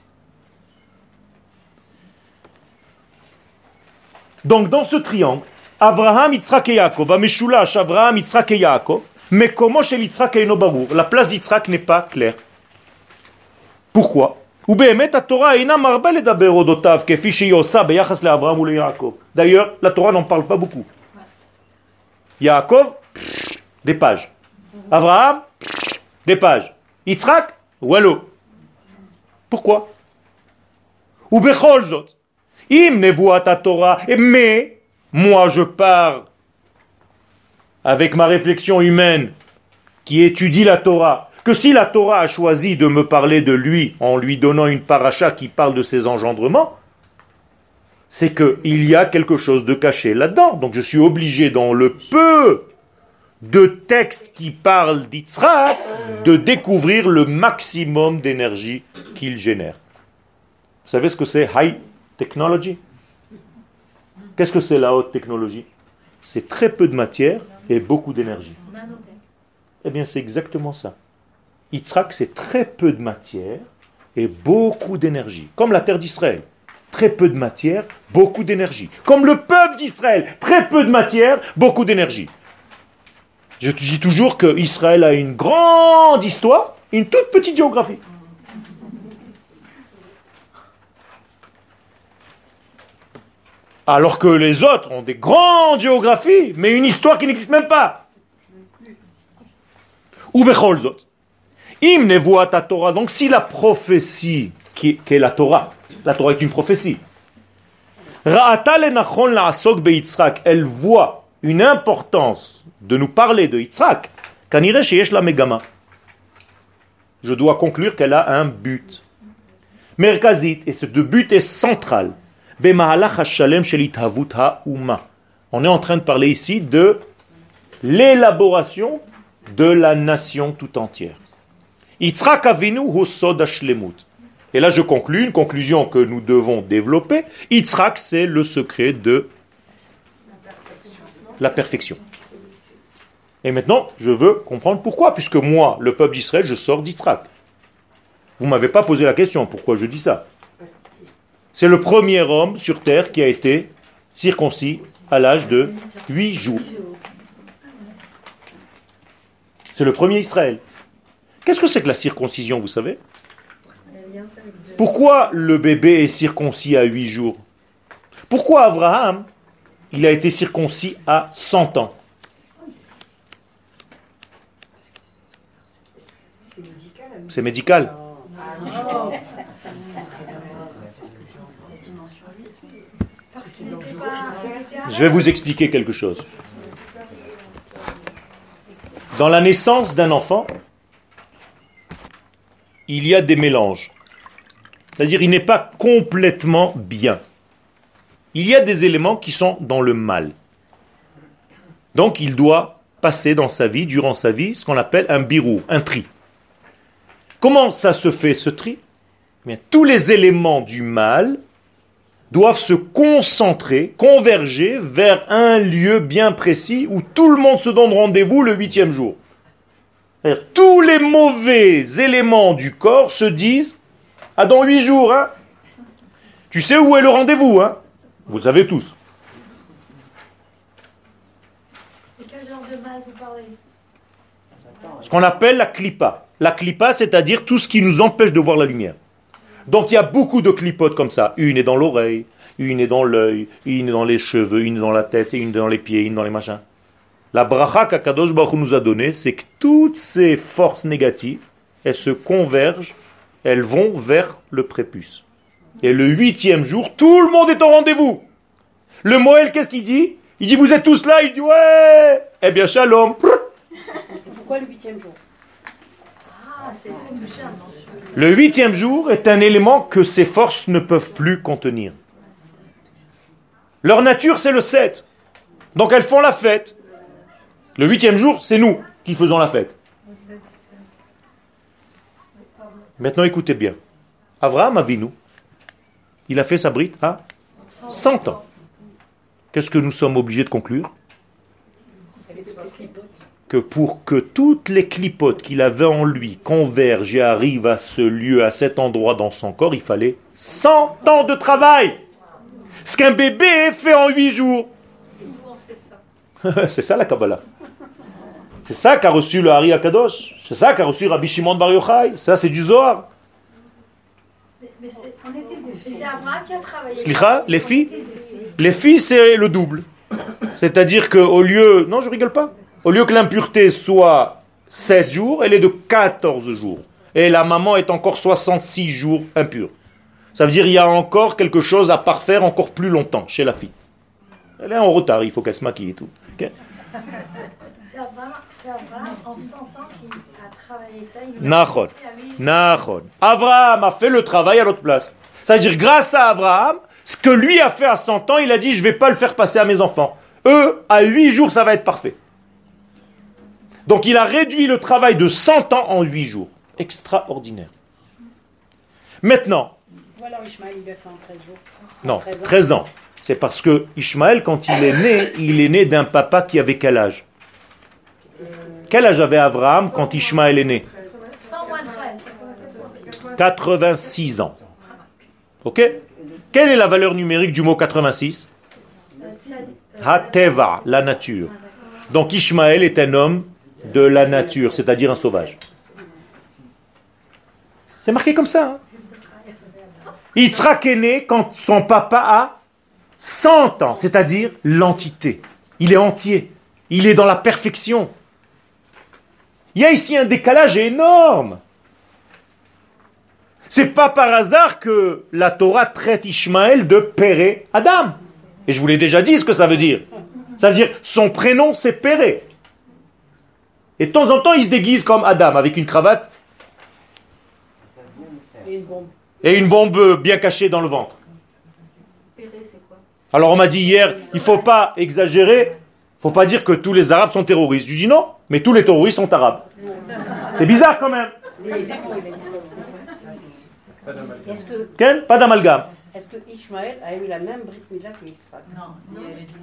Donc dans ce triangle, Avraham, Yitzhak et Yaakov, Ameshulash, Avraham, Yitzhak et Yaakov, mais comment chez Yitzhak et Enobarur? La place d'Yitzhak n'est pas claire. Pourquoi? D'ailleurs, la Torah n'en parle pas beaucoup. Yaakov, des pages. Avraham, des pages. Yitzhak, wallo. Pourquoi? Ou bechol zot. Im nevuat Torah. Mais, moi je pars avec ma réflexion humaine qui étudie la Torah, que si la Torah a choisi de me parler de lui en lui donnant une paracha qui parle de ses engendrements, c'est qu'il y a quelque chose de caché là-dedans. Donc je suis obligé, dans le peu de textes qui parlent d'Yitzhak, de découvrir le maximum d'énergie qu'il génère. Vous savez ce que c'est high technology? Qu'est-ce que c'est la haute technologie? C'est très peu de matière et beaucoup d'énergie. Eh bien, c'est exactement ça. Yitzhak, c'est très peu de matière et beaucoup d'énergie. Comme la terre d'Israël. Très peu de matière, beaucoup d'énergie. Comme le peuple d'Israël. Très peu de matière, beaucoup d'énergie. Je dis toujours que Israël a une grande histoire, une toute petite géographie. Alors que les autres ont des grandes géographies, mais une histoire qui n'existe même pas. Ou bechol zot. Im nevuat Torah. Donc si la prophétie, qui est la Torah est une prophétie. Ra'ata lenachon la'asok beYitzhak. Elle voit une importance de nous parler de Yitzhak. Kanire sheyesh la megama. Je dois conclure qu'elle a un but. Merkazit, et ce but est central. Bemahalach hashalem shel ithavut ha'uma. On est en train de parler ici de l'élaboration de la nation tout entière. Yitzhak Avinu hu sod hashlemut. Et là je conclus, une conclusion que nous devons développer. Yitzhak, c'est le secret de la perfection. Et maintenant, je veux comprendre pourquoi, puisque moi, le peuple d'Israël, je sors d'Yitzhak. Vous ne m'avez pas posé la question, pourquoi je dis ça? C'est le premier homme sur terre qui a été circoncis à l'âge de 8 jours. C'est le premier Israël. Qu'est-ce que c'est que la circoncision, vous savez? Pourquoi le bébé est circoncis à 8 jours? Pourquoi Abraham, il a été circoncis à 100 ans? C'est médical. Je vais vous expliquer quelque chose. Dans la naissance d'un enfant, il y a des mélanges. C'est-à-dire, il n'est pas complètement bien. Il y a des éléments qui sont dans le mal. Donc, il doit passer dans sa vie, durant sa vie, ce qu'on appelle un birou, un tri. Comment ça se fait, ce tri? Bien, tous les éléments du mal doivent se concentrer, converger vers un lieu bien précis où tout le monde se donne rendez-vous le 8e jour. C'est-à-dire, tous les mauvais éléments du corps se disent « Ah, dans 8 jours, hein. Tu sais où est le rendez-vous, hein. Vous le savez tous. » Et quel genre de mal vous parlez? Ce qu'on appelle la clipa. La clipa, c'est-à-dire tout ce qui nous empêche de voir la lumière. Donc il y a beaucoup de clipotes comme ça. Une est dans l'oreille, une est dans l'œil, une est dans les cheveux, une est dans la tête, une est dans les pieds, une est dans les machins. La bracha qu'Akadosh Baruch Hu nous a donnée, c'est que toutes ces forces négatives, elles se convergent, elles vont vers le prépuce. Et le 8e jour, tout le monde est au rendez-vous. Le Moël, qu'est-ce qu'il dit? Il dit, vous êtes tous là? Il dit, ouais. Eh bien, shalom. Pourquoi le 8e jour? Le 8e jour est un élément que ces forces ne peuvent plus contenir. Leur nature, c'est le 7. Donc elles font la fête. Le 8e jour, c'est nous qui faisons la fête. Maintenant, écoutez bien. Abraham Avinu, il a fait sa brite à 100 ans. Qu'est-ce que nous sommes obligés de conclure? Que pour que toutes les clipotes qu'il avait en lui convergent et arrivent à ce lieu, à cet endroit dans son corps, il fallait 100 ans de travail. Ce qu'un bébé fait en 8 jours. C'est ça la Kabbalah. C'est ça qu'a reçu le Hari Akadosh. C'est ça qu'a reçu Rabbi Shimon Bar Yochai. Ça, c'est du Zohar. Mais c'est Abraham qui a travaillé. Slicha, les filles? Les filles, c'est le double. C'est-à-dire qu'au lieu... Non, je rigole pas. Au lieu que l'impureté soit 7 jours, elle est de 14 jours. Et la maman est encore 66 jours impure. Ça veut dire qu'il y a encore quelque chose à parfaire encore plus longtemps chez la fille. Elle est en retard, il faut qu'elle se maquille et tout. Okay? C'est Abraham en 100 ans qui a travaillé ça. Nachon. Nachon. Abraham a fait le travail à notre place. Ça veut dire grâce à Abraham, ce que lui a fait à 100 ans, il a dit je ne vais pas le faire passer à mes enfants. Eux, à 8 jours, ça va être parfait. Donc il a réduit le travail de 100 ans en 8 jours. Extraordinaire. Maintenant. Voilà, Ishmaël, il a fait en 13 jours. Non, 13 ans. C'est parce que Ishmaël, quand il est né d'un papa qui avait quel âge? Quel âge avait Abraham quand Ishmaël est né? 100 moins 13. 86 ans. Ok? Quelle est la valeur numérique du mot 86? Ha-teva, la nature. Donc Ishmaël est un homme de la nature, c'est-à-dire un sauvage. C'est marqué comme ça. Hein? Yitzhak est né quand son papa a 100 ans, c'est-à-dire l'entité. Il est entier. Il est dans la perfection. Il y a ici un décalage énorme. C'est pas par hasard que la Torah traite Ishmaël de Péré Adam. Et je vous l'ai déjà dit ce que ça veut dire. Ça veut dire son prénom c'est Péré. Et de temps en temps il se déguise comme Adam avec une cravate et une bombe bien cachée dans le ventre. Alors on m'a dit hier, il ne faut pas exagérer, il ne faut pas dire que tous les Arabes sont terroristes. Je dis non, mais tous les terroristes sont Arabes. C'est bizarre quand même. Pas d'amalgame. Est-ce que Ishmaël a eu la même Brit Mila que Yitzhak? Non.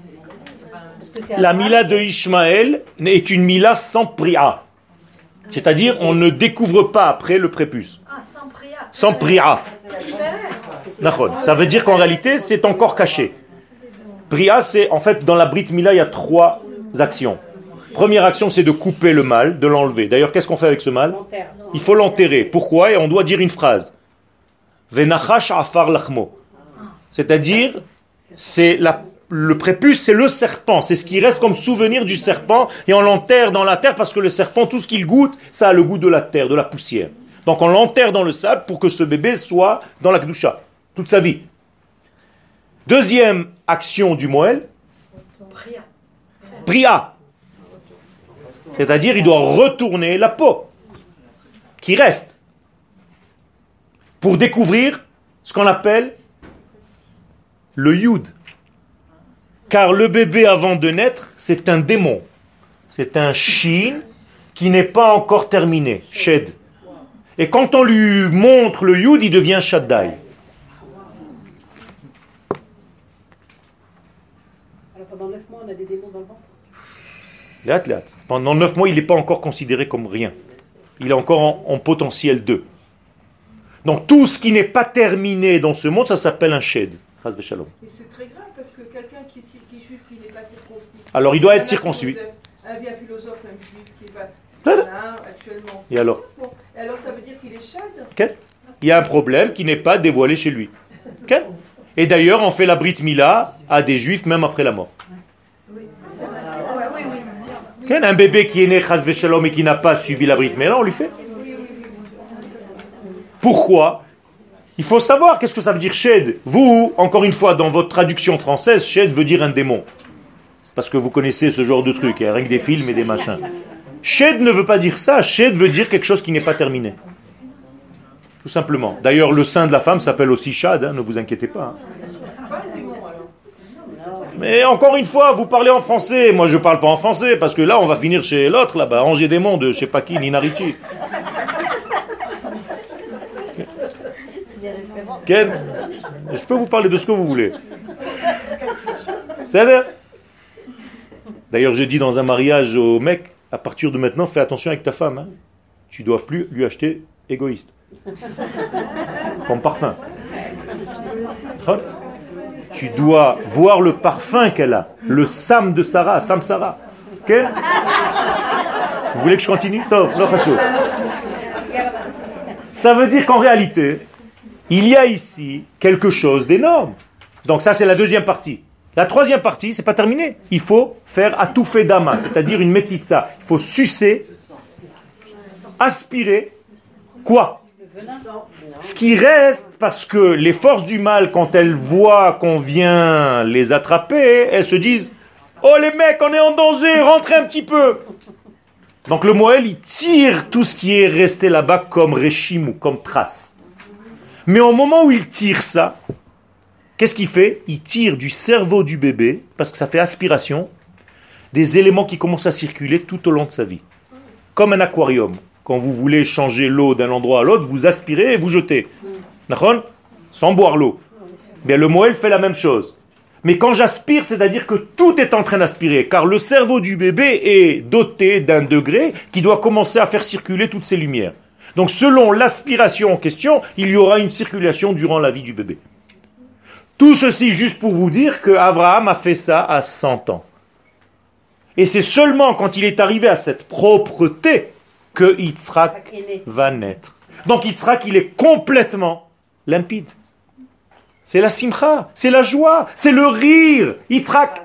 La Mila de Ishmaël est une Mila sans Pri'a. C'est-à-dire, on ne découvre pas après le prépuce. Ah, sans Pri'a. Sans Pri'a. Ça veut dire qu'en réalité, c'est encore caché. Bria, c'est en fait dans la Brit Mila, il y a 3 actions. Première action, c'est de couper le mal, de l'enlever. D'ailleurs, qu'est-ce qu'on fait avec ce mal? Il faut l'enterrer. Pourquoi? Et on doit dire une phrase. Venachash afar lachmo. C'est-à-dire, le prépuce, c'est le serpent. C'est ce qui reste comme souvenir du serpent. Et on l'enterre dans la terre parce que le serpent, tout ce qu'il goûte, ça a le goût de la terre, de la poussière. Donc on l'enterre dans le sable pour que ce bébé soit dans la Kedusha, toute sa vie. Deuxième action du Moël. Bria. C'est-à-dire, il doit retourner la peau qui reste pour découvrir ce qu'on appelle le Yud. Car le bébé avant de naître, c'est un démon. C'est un Shin qui n'est pas encore terminé. Shed. Et quand on lui montre le Yud, il devient Shaddai. Alors pendant 9 mois, on a des démons dans le ventre. Léat. Pendant 9 mois, il n'est pas encore considéré comme rien. Il est encore en potentiel 2. Donc tout ce qui n'est pas terminé dans ce monde, ça s'appelle un Shed. Et c'est très grave parce que quelqu'un qui est juif, qui n'est pas circoncis. Alors il doit être circoncis. Un vieux philosophe, un juif qui n'est pas actuellement. Et alors? Et alors ça veut dire qu'il est chad? Okay. Il y a un problème qui n'est pas dévoilé chez lui. Okay. Et d'ailleurs, on fait la Brit Mila à des juifs même après la mort. Okay. Un bébé qui est né Chas v'Shalom et qui n'a pas subi la Brit Mila, on lui fait. Pourquoi? Il faut savoir qu'est-ce que ça veut dire Shed. Vous, encore une fois, dans votre traduction française, Shed veut dire un démon. Parce que vous connaissez ce genre de truc, il y a rien que des films et des machins. Shed ne veut pas dire ça, Shed veut dire quelque chose qui n'est pas terminé. Tout simplement. D'ailleurs, le sein de la femme s'appelle aussi Shad, ne vous inquiétez pas. Mais encore une fois, vous parlez en français, moi je parle pas en français, parce que là on va finir chez l'autre, là-bas, Angers Démon de je sais pas qui, Nina Ricci. Ken, je peux vous parler de ce que vous voulez. C'est vrai. D'ailleurs, j'ai dit dans un mariage au mec, à partir de maintenant, fais attention avec ta femme. Hein. Tu dois plus lui acheter égoïste. Comme parfum. Tu dois voir le parfum qu'elle a. Le Sam de Sarah, Sam Sarah. Ken, vous voulez que je continue? Ça veut dire qu'en réalité, il y a ici quelque chose d'énorme. Donc ça, c'est la deuxième partie. La troisième partie, c'est pas terminé. Il faut faire atoufé dama, c'est-à-dire une metzitza. Il faut sucer, aspirer, quoi? Ce qui reste, parce que les forces du mal, quand elles voient qu'on vient les attraper, elles se disent « Oh les mecs, on est en danger, rentrez un petit peu !» Donc le Moël, il tire tout ce qui est resté là-bas comme réchim ou comme trace. Mais au moment où il tire ça, qu'est-ce qu'il fait? Il tire du cerveau du bébé, parce que ça fait aspiration, des éléments qui commencent à circuler tout au long de sa vie. Comme un aquarium. Quand vous voulez changer l'eau d'un endroit à l'autre, vous aspirez et vous jetez. D'accord? Sans boire l'eau. Bien, le Moël fait la même chose. Mais quand j'aspire, c'est-à-dire que tout est en train d'aspirer, car le cerveau du bébé est doté d'un degré qui doit commencer à faire circuler toutes ces lumières. Donc selon l'aspiration en question, il y aura une circulation durant la vie du bébé. Tout ceci juste pour vous dire que Abraham a fait ça à 100 ans. Et c'est seulement quand il est arrivé à cette propreté que Yitzhak va naître. Donc Yitzhak, il est complètement limpide. C'est la simcha, c'est la joie, c'est le rire. Yitzhak.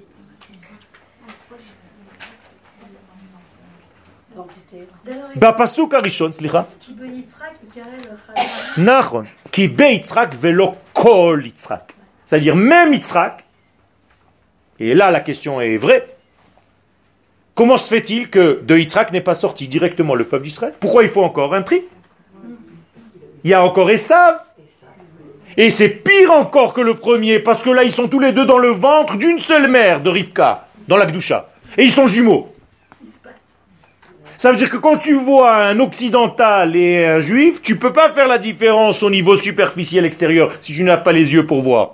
בפסוק הראשון, סליחה. כי ביצחק יקרא לך. נכון. כי ביצחק ולא כל יצחק. C'est-à-dire même Yitzhak, et là la question est vraie, comment se fait-il que de Yitzhak n'est pas sorti directement le peuple d'Israël? Pourquoi il faut encore un tri? Il y a encore Esav. Et c'est pire encore que le premier, parce que là ils sont tous les deux dans le ventre d'une seule mère de Rivka, dans la Kedusha. Et ils sont jumeaux. Ça veut dire que quand tu vois un occidental et un juif, tu ne peux pas faire la différence au niveau superficiel extérieur si tu n'as pas les yeux pour voir.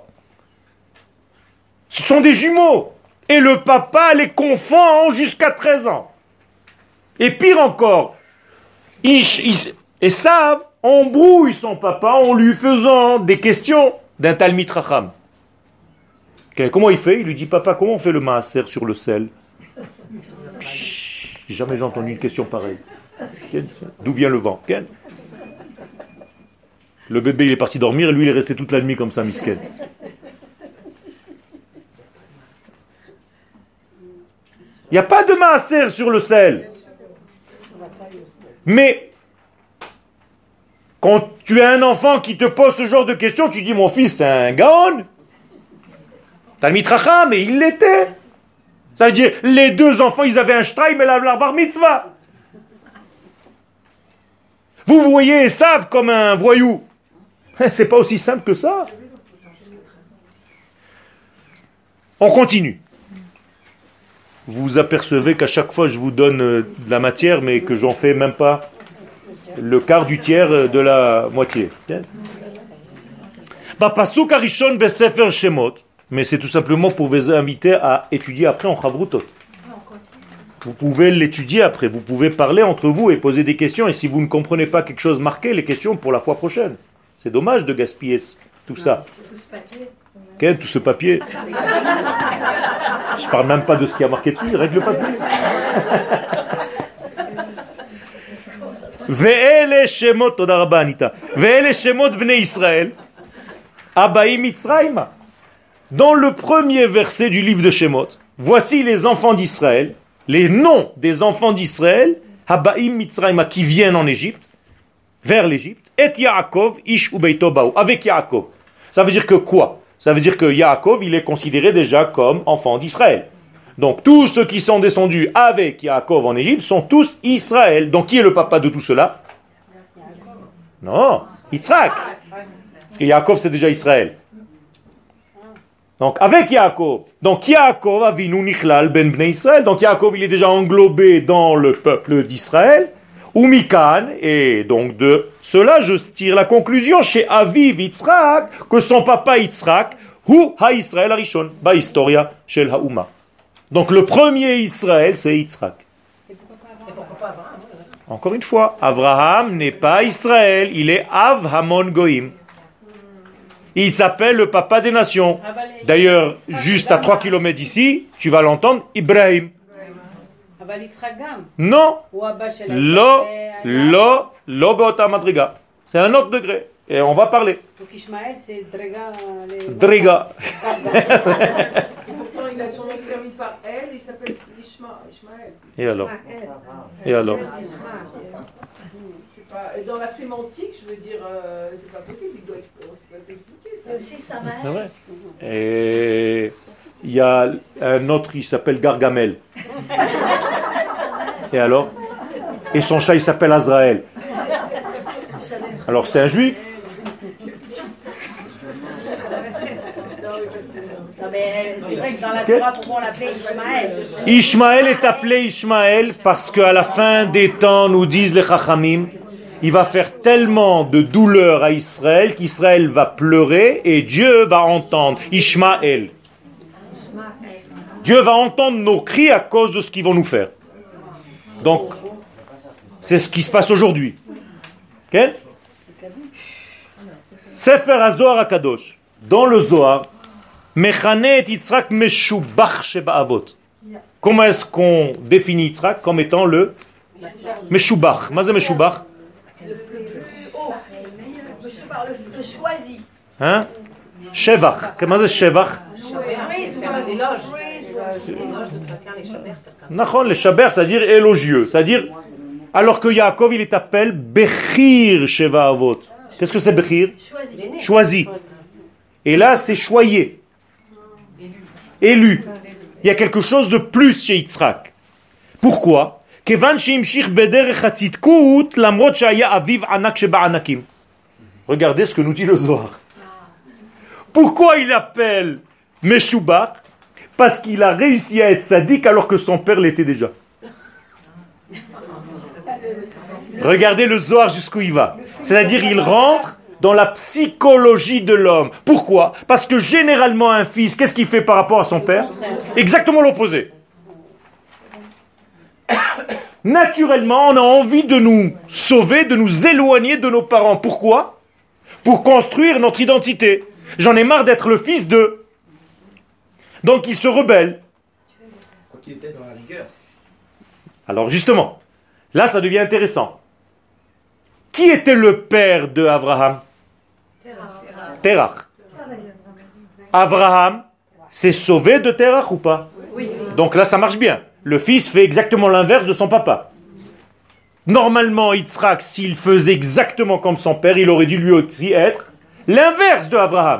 Ce sont des jumeaux. Et le papa les confond jusqu'à 13 ans. Et pire encore, Esav embrouille son papa en lui faisant des questions d'un Talmid Chacham. Comment il fait? Il lui dit, papa, comment on fait le maaser sur le sel? Jamais j'ai entendu une question pareille. D'où vient le vent? Le bébé il est parti dormir et lui il est resté toute la nuit comme ça, misken. Il n'y a pas de maaser sur le sel. Mais quand tu as un enfant qui te pose ce genre de questions, tu dis mon fils c'est un gaon. Talmid Chacham, mais il l'était. Ça veut dire les deux enfants ils avaient un shtraim et la bar mitzvah. Vous voyez Esav comme un voyou. C'est pas aussi simple que ça. On continue. Vous apercevez qu'à chaque fois je vous donne de la matière, mais que j'en fais même pas le quart du tiers de la moitié. Pasuk Arishon beSefer Shemot, mais c'est tout simplement pour vous inviter à étudier après en Chavrutot. Vous pouvez l'étudier après, vous pouvez parler entre vous et poser des questions, et si vous ne comprenez pas quelque chose, marquez les questions pour la fois prochaine. C'est dommage de gaspiller tout ça. Tout ce papier. Je parle même pas de ce qui a marqué dessus, règle le papier. Ve'ele shemot, toda rabba Anita. Ve'ele shemot bnei Israël, abaim Mitzrayma. Dans le premier verset du livre de Shemot, voici les enfants d'Israël, les noms des enfants d'Israël, abaim Mitzrayma, qui viennent en Égypte, vers l'Égypte, et Yaakov, ish ubeito baou, avec Yaakov. Ça veut dire que quoi? Ça veut dire que Yaakov, il est considéré déjà comme enfant d'Israël. Donc tous ceux qui sont descendus avec Yaakov en Égypte sont tous Israël. Donc qui est le papa de tout cela? Non, Yitzhak. Parce que Yaakov c'est déjà Israël. Donc avec Yaakov. Donc Yaakov avinu nichlal ben bnei Israël. Donc Yaakov il est déjà englobé dans le peuple d'Israël. Ou Mikan, et donc de cela je tire la conclusion chez Aviv Yitzhak que son papa Yitzhak hu ha-Israël arishon ba historia shel hauma. Donc le premier Israël c'est Yitzhak. Encore une fois, Abraham n'est pas Israël, il est Av Hamon Goïm. Il s'appelle le papa des nations. D'ailleurs, juste à 3 km d'ici, tu vas l'entendre, Ibrahim. Non, lo beota madriga. C'est un autre degré. Et on va parler. Donc Ishmaël, c'est Driga. Et pourtant, il a son nom servi par elle, il s'appelle Ishmaël. Et alors? Et alors? Dans la sémantique, je veux dire, c'est pas possible, il doit s'expliquer ça. Aussi Samaël. C'est vrai. Et il y a un autre, il s'appelle Gargamel. Et alors? Et son chat, il s'appelle Azraël. Alors c'est un juif? Non mais c'est vrai que dans la Torah, pourquoi on l'appelait Ishmaël? Ishmaël est appelé Ishmaël parce qu'à la fin des temps, nous disent les Chachamim, il va faire tellement de douleur à Israël qu'Israël va pleurer et Dieu va entendre Ishmaël. Dieu va entendre nos cris à cause de ce qu'ils vont nous faire. Donc, c'est ce qui se passe aujourd'hui. Okay? Sefer HaZohar HaKadosh. Dans le Zohar, Mechane et Yitzhak Meshubach Sheba Avot. Comment est-ce qu'on définit Yitzhak comme étant le Meshubach? Mazé Meshubach? Le choisi. Hein? Shevach. Comment c'est Shevach? Nachon, les Shaber, c'est-à-dire élogieux. C'est-à-dire, alors que Yaakov, il est appelé Bechir Sheva Avot. Qu'est-ce que c'est Bechir? Choisi. Et là, c'est choyé. Élu. Il y a quelque chose de plus chez Yitzhak. Pourquoi? Regardez ce que nous dit le Zohar. Pourquoi il appelle Meshubach? Parce qu'il a réussi à être sadique alors que son père l'était déjà. Regardez le Zohar jusqu'où il va. C'est-à-dire il rentre dans la psychologie de l'homme. Pourquoi? Parce que généralement un fils, qu'est-ce qu'il fait par rapport à son père? Exactement l'opposé. Naturellement, on a envie de nous sauver, de nous éloigner de nos parents. Pourquoi? Pour construire notre identité. J'en ai marre d'être le fils de... Donc il se rebelle. Quand il était dans la rigueur. Alors justement, là ça devient intéressant. Qui était le père de Abraham? Terach. Abraham s'est sauvé de Terach ou pas? Oui. Donc là ça marche bien. Le fils fait exactement l'inverse de son papa. Normalement, Yitzhak, s'il faisait exactement comme son père, il aurait dû lui aussi être l'inverse de Abraham.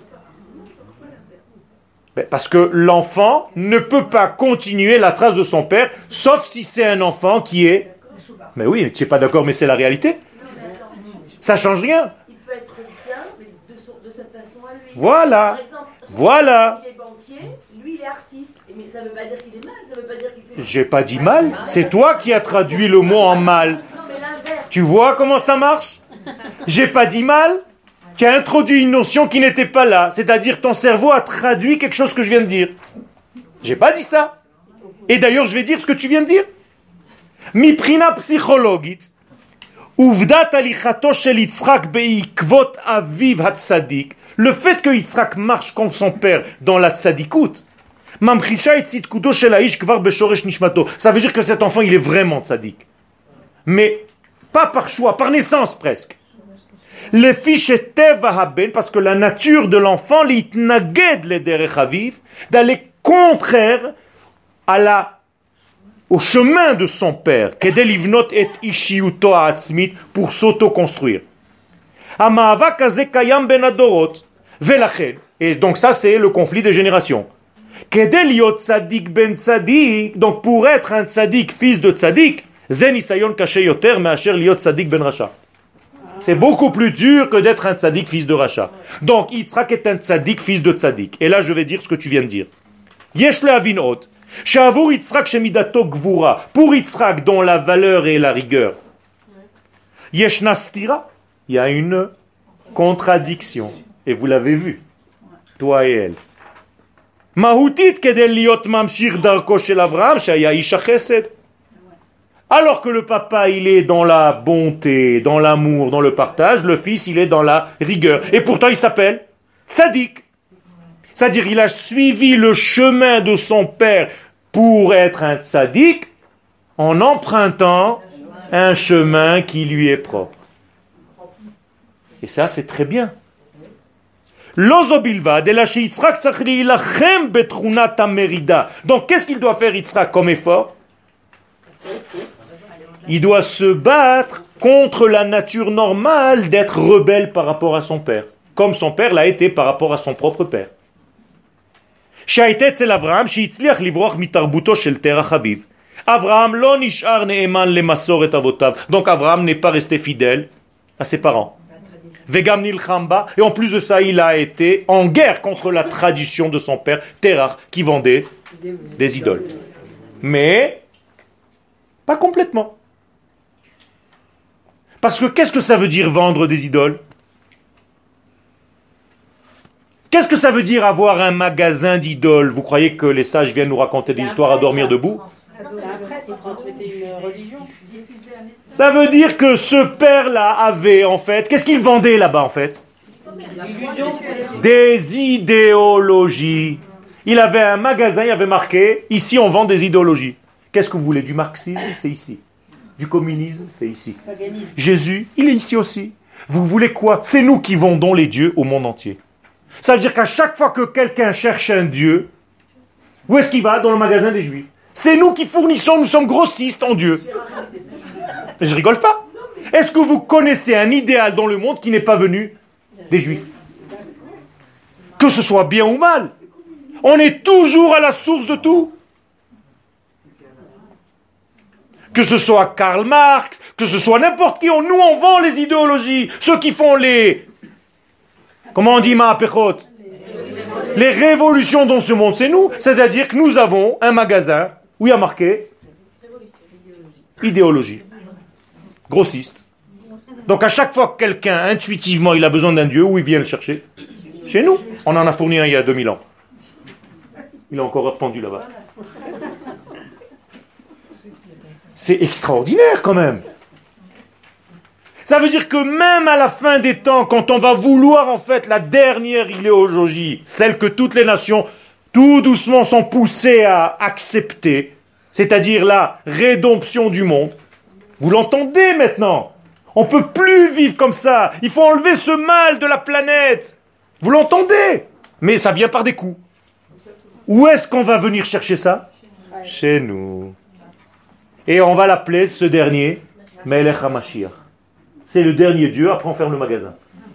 Parce que l'enfant ne peut pas continuer la trace de son père, sauf si c'est un enfant qui est... Mais oui, tu n'es pas d'accord, mais c'est la réalité. Ça change rien. Il peut être bien, mais de cette façon à lui. Voilà. Par exemple, Voilà. il est banquier, lui il est artiste. Mais ça ne veut pas dire qu'il est mal, ça ne veut pas dire qu'il fait... J'ai pas dit mal, c'est toi qui as traduit le mot en mal. Non, mais l'inverse. Tu vois comment ça marche? J'ai pas dit mal. Tu as introduit une notion qui n'était pas là. C'est-à-dire ton cerveau a traduit quelque chose que je viens de dire. J'ai pas dit ça. Et d'ailleurs, je vais dire ce que tu viens de dire. Miprina psychologit, uvdat alichato shel Yitzhak beikvot aviv hatzadik. Le fait que Yitzhak marche comme son père dans la tzadikout, mamchisha et tzidkuto shel haish kvar beshoresh nishmato. Ça veut dire que cet enfant, il est vraiment tzadik. Mais pas par choix, par naissance presque. Le fiche tevahaben, parce que la nature de l'enfant, l'itnaged le derech aviv, d'aller contraire au chemin de son père, kedel livnot et ishiuto ha'atzmit, pour s'auto-construire. Ha'ma'avak hazeh kayam ben adorot, velachen. Et donc ça c'est le conflit des générations. Kedel yot tzadik ben tzadik, donc pour être un tzadik, fils de tzadik, ze nisayon kaché yoter me'asher liot tzadik ben rasha. C'est beaucoup plus dur que d'être un tzadik, fils de Racha. Donc, Yitzhak est un tzadik, fils de tzadik. Et là, je vais dire ce que tu viens de dire. Yesh le avin hot. Shavur Yitzhak shemidato gvura. Pour Yitzhak, dont la valeur et la rigueur. Yesh nastira. Il y a une contradiction. Et vous l'avez vu. Toi et elle. Mahutit kedel liot mamshir darko shel Avraham, shaya isha chesed. Alors que le papa, il est dans la bonté, dans l'amour, dans le partage, le fils, il est dans la rigueur. Et pourtant, il s'appelle Tzadik. C'est-à-dire, il a suivi le chemin de son père pour être un Tzadik en empruntant un chemin qui lui est propre. Et ça, c'est très bien. Donc, qu'est-ce qu'il doit faire Yitzhak comme effort? Il doit se battre contre la nature normale d'être rebelle par rapport à son père, comme son père l'a été par rapport à son propre père. Abraham lo nishar ne'eman lemasoret avotav. Donc Abraham n'est pas resté fidèle à ses parents. Vegam nilchamba, et en plus de ça, il a été en guerre contre la tradition de son père, Terach, qui vendait des idoles. Mais pas complètement. Parce que qu'est-ce que ça veut dire vendre des idoles? Qu'est-ce que ça veut dire avoir un magasin d'idoles? Vous croyez que les sages viennent nous raconter des histoires à dormir debout? Ça veut dire que ce père-là avait en fait... Qu'est-ce qu'il vendait là-bas en fait? Des idéologies. Il avait un magasin, il avait marqué, ici on vend des idéologies. Qu'est-ce que vous voulez? Du marxisme? C'est ici. Du communisme? C'est ici. Jésus, il est ici aussi. Vous voulez quoi? C'est nous qui vendons les dieux au monde entier. Ça veut dire qu'à chaque fois que quelqu'un cherche un dieu, où est-ce qu'il va? Dans le magasin des Juifs. C'est nous qui fournissons, nous sommes grossistes en Dieu. Je rigole pas. Est-ce que vous connaissez un idéal dans le monde qui n'est pas venu des Juifs? Que ce soit bien ou mal. On est toujours à la source de tout. Que ce soit Karl Marx, que ce soit n'importe qui, nous on vend les idéologies. Ceux qui font les... Comment on dit Ma'apechot? Les révolutions dans ce monde, c'est nous. C'est-à-dire que nous avons un magasin où il y a marqué idéologie. Grossiste. Donc à chaque fois que quelqu'un, intuitivement, il a besoin d'un dieu, où il vient le chercher? Chez nous. On en a fourni un il y a 2000 ans. Il est encore répandu là-bas. C'est extraordinaire quand même. Ça veut dire que même à la fin des temps, quand on va vouloir en fait la dernière idéologie, celle que toutes les nations, tout doucement sont poussés à accepter, c'est-à-dire la rédemption du monde. Vous l'entendez maintenant? On ne peut plus vivre comme ça. Il faut enlever ce mal de la planète. Vous l'entendez? Mais ça vient par des coups. Où est-ce qu'on va venir chercher ça? Chez nous. Et on va l'appeler, ce dernier, Melech HaMashiach. C'est le dernier Dieu, après on ferme le magasin.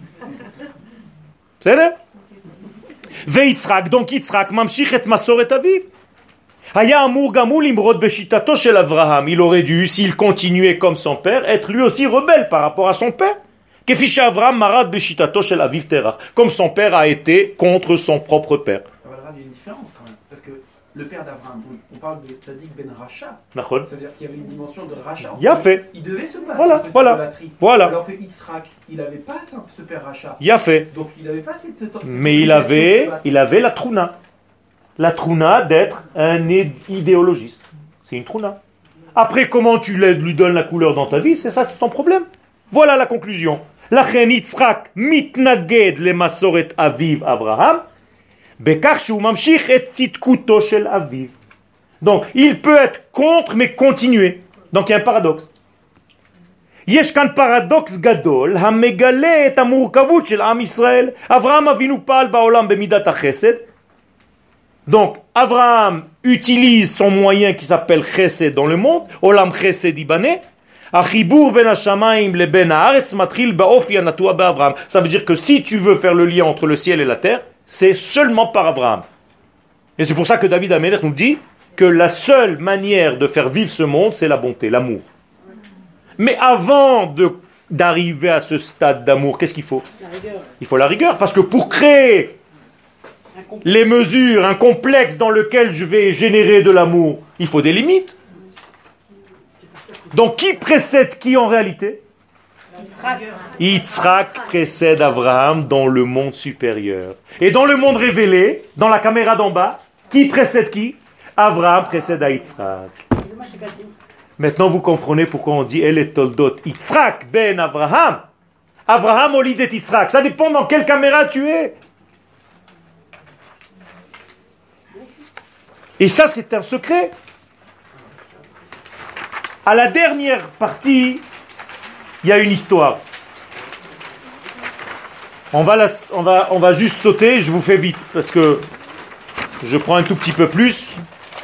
C'est vrai? Ve'itzrak, donc Yitzhak, mamshich et masoret aviv. Haya amur gamul imrod beshitato shel Avraham. Il aurait dû, s'il continuait comme son père, être lui aussi rebelle par rapport à son père. Kefi she'Avraham marad beshitato shel aviv terach. Comme son père a été contre son propre père. Il y a une différence quand même. Parce que le père d'Abraham, on parle de Tzadik ben Racha. Nachon. Ça veut dire qu'il y avait une dimension de Racha. Il a fait. Il devait se battre. Voilà, voilà. Alors que Yitzhak, il n'avait pas ce père Racha. Il a fait. Donc il n'avait pas cette Mais il avait la trouna. La trouna d'être un idéologiste. C'est une trouna. Après, comment tu lui donnes la couleur dans ta vie, c'est ça, c'est ton problème. Voilà la conclusion. Lachen Yitzhak mitnaged le masoret aviv Avraham. Donc, il peut être contre, mais continuer. Donc, il y a un paradoxe. יש כאן פרדוקס גדול המגלה את המורכבות של עם ישראל. אברהם אבינו פעל בעולם במידת החסד. Donc, Abraham utilise son moyen qui s'appelle chesed dans le monde. Olam chesed ibane. החיבור בין השמיים לבין הארץ מתחיל באופי הנטוע באברהם. Ça veut dire que si tu veux faire le lien entre le ciel et la terre, c'est seulement par Abraham. Et c'est pour ça que David Amelech nous dit que la seule manière de faire vivre ce monde, c'est la bonté, l'amour. Mais avant d'arriver à ce stade d'amour, qu'est-ce qu'il faut? Il faut la rigueur, parce que pour créer les mesures, un complexe dans lequel je vais générer de l'amour, il faut des limites. Donc qui précède qui en réalité? Yitzhak précède Abraham dans le monde supérieur. Et dans le monde révélé, dans la caméra d'en bas, qui précède qui? Abraham précède à Yitzhak. Maintenant vous comprenez pourquoi on dit El et Toldot Yitzhak ben Abraham. Abraham au lit de Yitzhak. Ça dépend dans quelle caméra tu es. Et ça c'est un secret. À la dernière partie, il y a une histoire. On va juste sauter, je vous fais vite, parce que je prends un tout petit peu plus.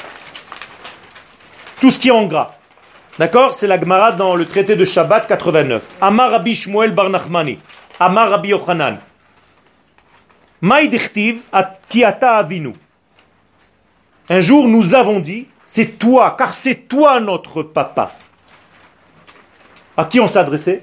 Tout ce qui est en gras. D'accord? C'est la Gemara dans le traité de Shabbat 89. Amar Rabbi Shmuel bar Nachmani. Amar Rabbi Yochanan. Maï dichtiv ki ata avinu. Un jour, nous avons dit, c'est toi, car c'est toi notre papa. À qui on s'adressait?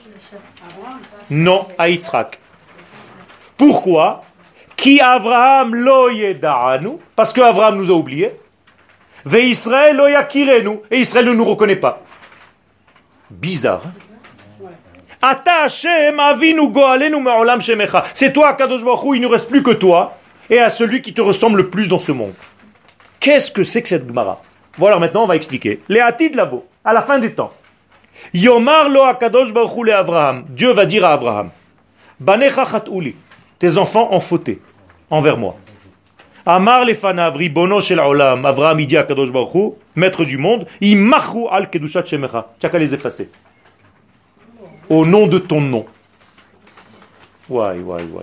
Non, à Yitzhak. Pourquoi? Ki Avraham lo yeda'anu, parce que Avraham nous a oubliés. Ve Israël lo yakirenu, et Israël ne nous reconnaît pas. Bizarre. Ata Hashem avinu goalenu me'olam shemecha. C'est toi, Kadosh Baruch Hu, il ne reste plus que toi, et à celui qui te ressemble le plus dans ce monde. Qu'est-ce que c'est que cette Gemara? Voilà, maintenant on va expliquer. Les Hatid Lavo, à la fin des temps. Yomar lo akadosh baruch hu le Avraham. Dieu va dire à Abraham, Banecha chat'uli, tes enfants ont fauté envers moi. Amar lefanav ribono shel olam. Avraham il dit à Kadosh baruch hu, maître du monde, imachu al kedushat shemecha. Tu n'as qu'à les effacer. Au nom de ton nom. Why.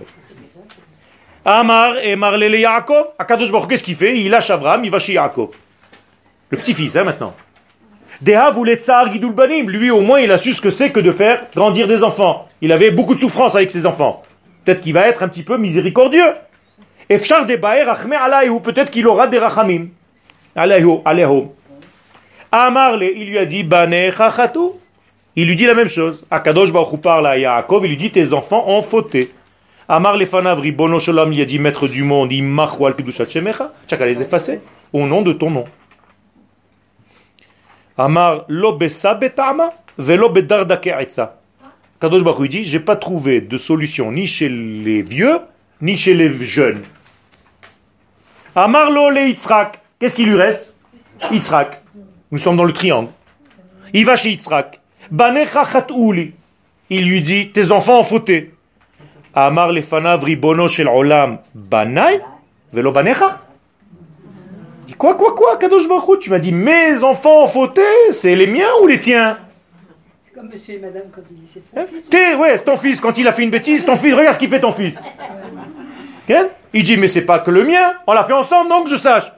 Amar et marlele Yaakov. Akadosh baruch hu, qu'est-ce qu'il fait? Il lâche Avraham, il va chez Yaakov. Le petit-fils, maintenant. Deha voulait tsar gidul banim. Lui, au moins, il a su ce que c'est que de faire grandir des enfants. Il avait beaucoup de souffrance avec ses enfants. Peut-être qu'il va être un petit peu miséricordieux. Efshar de baer rachme alayhu. Peut-être qu'il aura des rachamim. Alayhu. Amarle, il lui a dit, bane chachatu. Il lui dit la même chose. Akadosh baruch hu parle à Yaakov, il lui dit, tes enfants ont fauté. Amar lefanav ribono shalom, il a dit, maître du monde, immachu al kedushat shemecha. Tu as qu'à les effacer au nom de ton nom. Amar lo besa betama velo bedardake etza. Kadosh Baruch Hu dit, j'ai pas trouvé de solution ni chez les vieux ni chez les jeunes. Amar lo le Yitzhak. Qu'est-ce qu'il lui reste? Yitzhak. Nous sommes dans le triangle. Il va chez Yitzhak. Banecha chat'uli. Il lui dit, tes enfants ont fauté. Amar lefanav ribono shel olam banai velo banecha. Quoi, Kadosh Baruch Hu, tu m'as dit, mes enfants ont fauté, c'est les miens ou les tiens? C'est comme monsieur et madame quand ils disent c'est ton fils. Ouais, c'est ton fils, quand il a fait une bêtise, ton fils, regarde ce qu'il fait ton fils. Il dit, mais c'est pas que le mien, on l'a fait ensemble, donc je sache.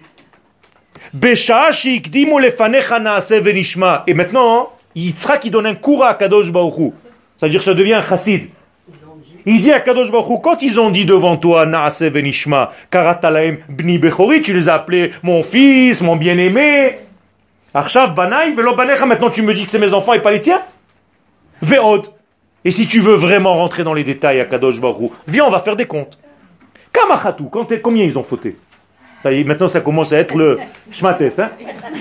Et maintenant, Yitzhak il donne un cours à Kadosh Baruch Hu. C'est-à-dire que ça devient un chassid. Il dit à Kadosh Baruch Hu, quand ils ont dit devant toi, Naase venishma, karatalaim bni bechori, tu les as appelés mon fils, mon bien-aimé. Arshav banai velo banecha, maintenant tu me dis que c'est mes enfants et pas les tiens. Ve'od. Et si tu veux vraiment rentrer dans les détails à Kadosh Baruch Hu, viens, on va faire des comptes. Kamachatu, combien ils ont fauté? Ça y est, maintenant ça commence à être le shmates, hein?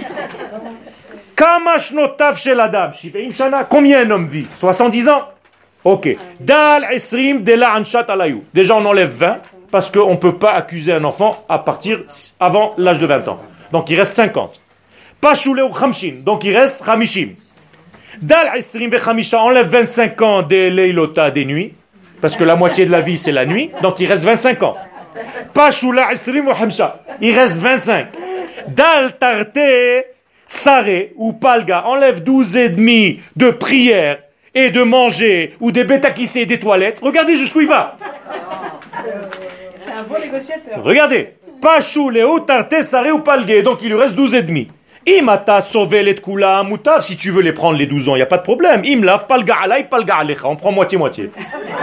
Kamashnotav shel adam, shiveim shana, combien un homme vit? 70 ans? Ok. Dal esrim de la anshat alayou. Déjà on enlève 20 parce qu'on ne peut pas accuser un enfant à partir avant l'âge de 20 ans. Donc il reste 50. Pashuleu khamshin. Donc il reste khamishim. Dal esrim ve khamisha, enlève 25 ans des leilota, des nuits. Parce que la moitié de la vie c'est la nuit. Donc il reste 25 ans. Pashula esrim ou hamsha. Il reste 25. Dal tarte saré ou palga. Enlève 12 et demi de prière et de manger, ou des bétakissés et des toilettes, regardez jusqu'où il va. C'est un bon négociateur. Regardez. Pachou, Léo, Tarté, Saré ou Palgué. Donc il lui reste 12 et demi. Imata, sauvé les Tkula, Moutav, si tu veux les prendre les 12 ans, il n'y a pas de problème. Imlav, Palga Alay, Palga Alecha. On prend moitié-moitié.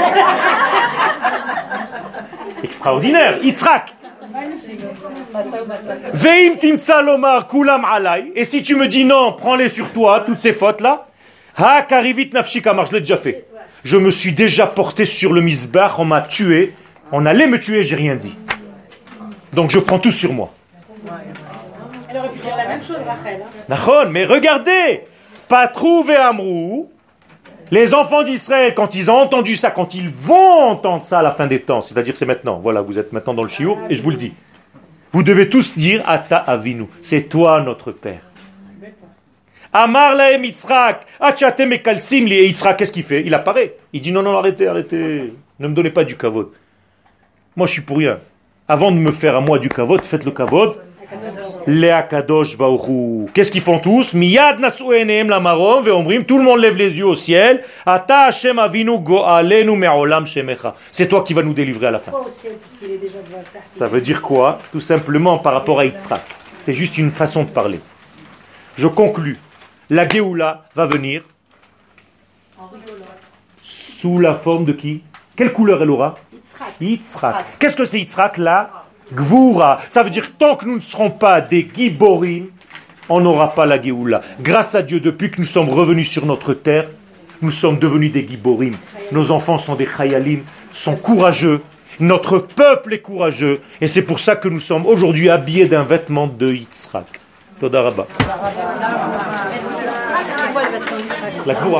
Extraordinaire. Yitzhak. Veim Timtsa Lomar, Kulam Alay. Et si tu me dis non, prends-les sur toi, toutes ces fautes-là. Ha karivit nafshika, je l'ai déjà fait. Je me suis déjà porté sur le misbah, on m'a tué, on allait me tuer, j'ai rien dit. Donc je prends tout sur moi. Elle aurait pu dire la même chose, Rachel. Nachon, mais regardez, Patrou et Amrou, les enfants d'Israël, quand ils ont entendu ça, quand ils vont entendre ça à la fin des temps, c'est-à-dire c'est maintenant, voilà, vous êtes maintenant dans le chiour, et je vous le dis, vous devez tous dire Ata Avinu, c'est toi notre Père. Amar lahem Yitzhak, achatem et kalsim li. Et Yitzhak, qu'est-ce qu'il fait? Il apparaît. Il dit non, arrêtez. Ne me donnez pas du kavod. Moi, je suis pour rien. Avant de me faire à moi du kavod, faites le kavod. Le akadosh baruchu. Qu'est-ce qu'ils font tous? Miyad nasu enehem la marom ve'omrim. Tout le monde lève les yeux au ciel. Ata Hashem avinu go'alenu me'olam shemecha. C'est toi qui vas nous délivrer à la fin. Ça veut dire quoi? Tout simplement par rapport à Yitzhak. C'est juste une façon de parler. Je conclus. La Géoula va venir sous la forme de qui? Quelle couleur elle aura? Yitzhak. Qu'est-ce que c'est Yitzhak? La Gvoura. Ça veut dire tant que nous ne serons pas des Giborim, on n'aura pas la Géoula. Grâce à Dieu, depuis que nous sommes revenus sur notre terre, nous sommes devenus des Giborim. Nos enfants sont des Chayalim, sont courageux. Notre peuple est courageux. Et c'est pour ça que nous sommes aujourd'hui habillés d'un vêtement de Yitzhak. Toda Rabba. La Gvoura.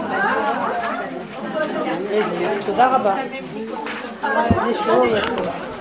תודה רבה. זה שיעור יפה.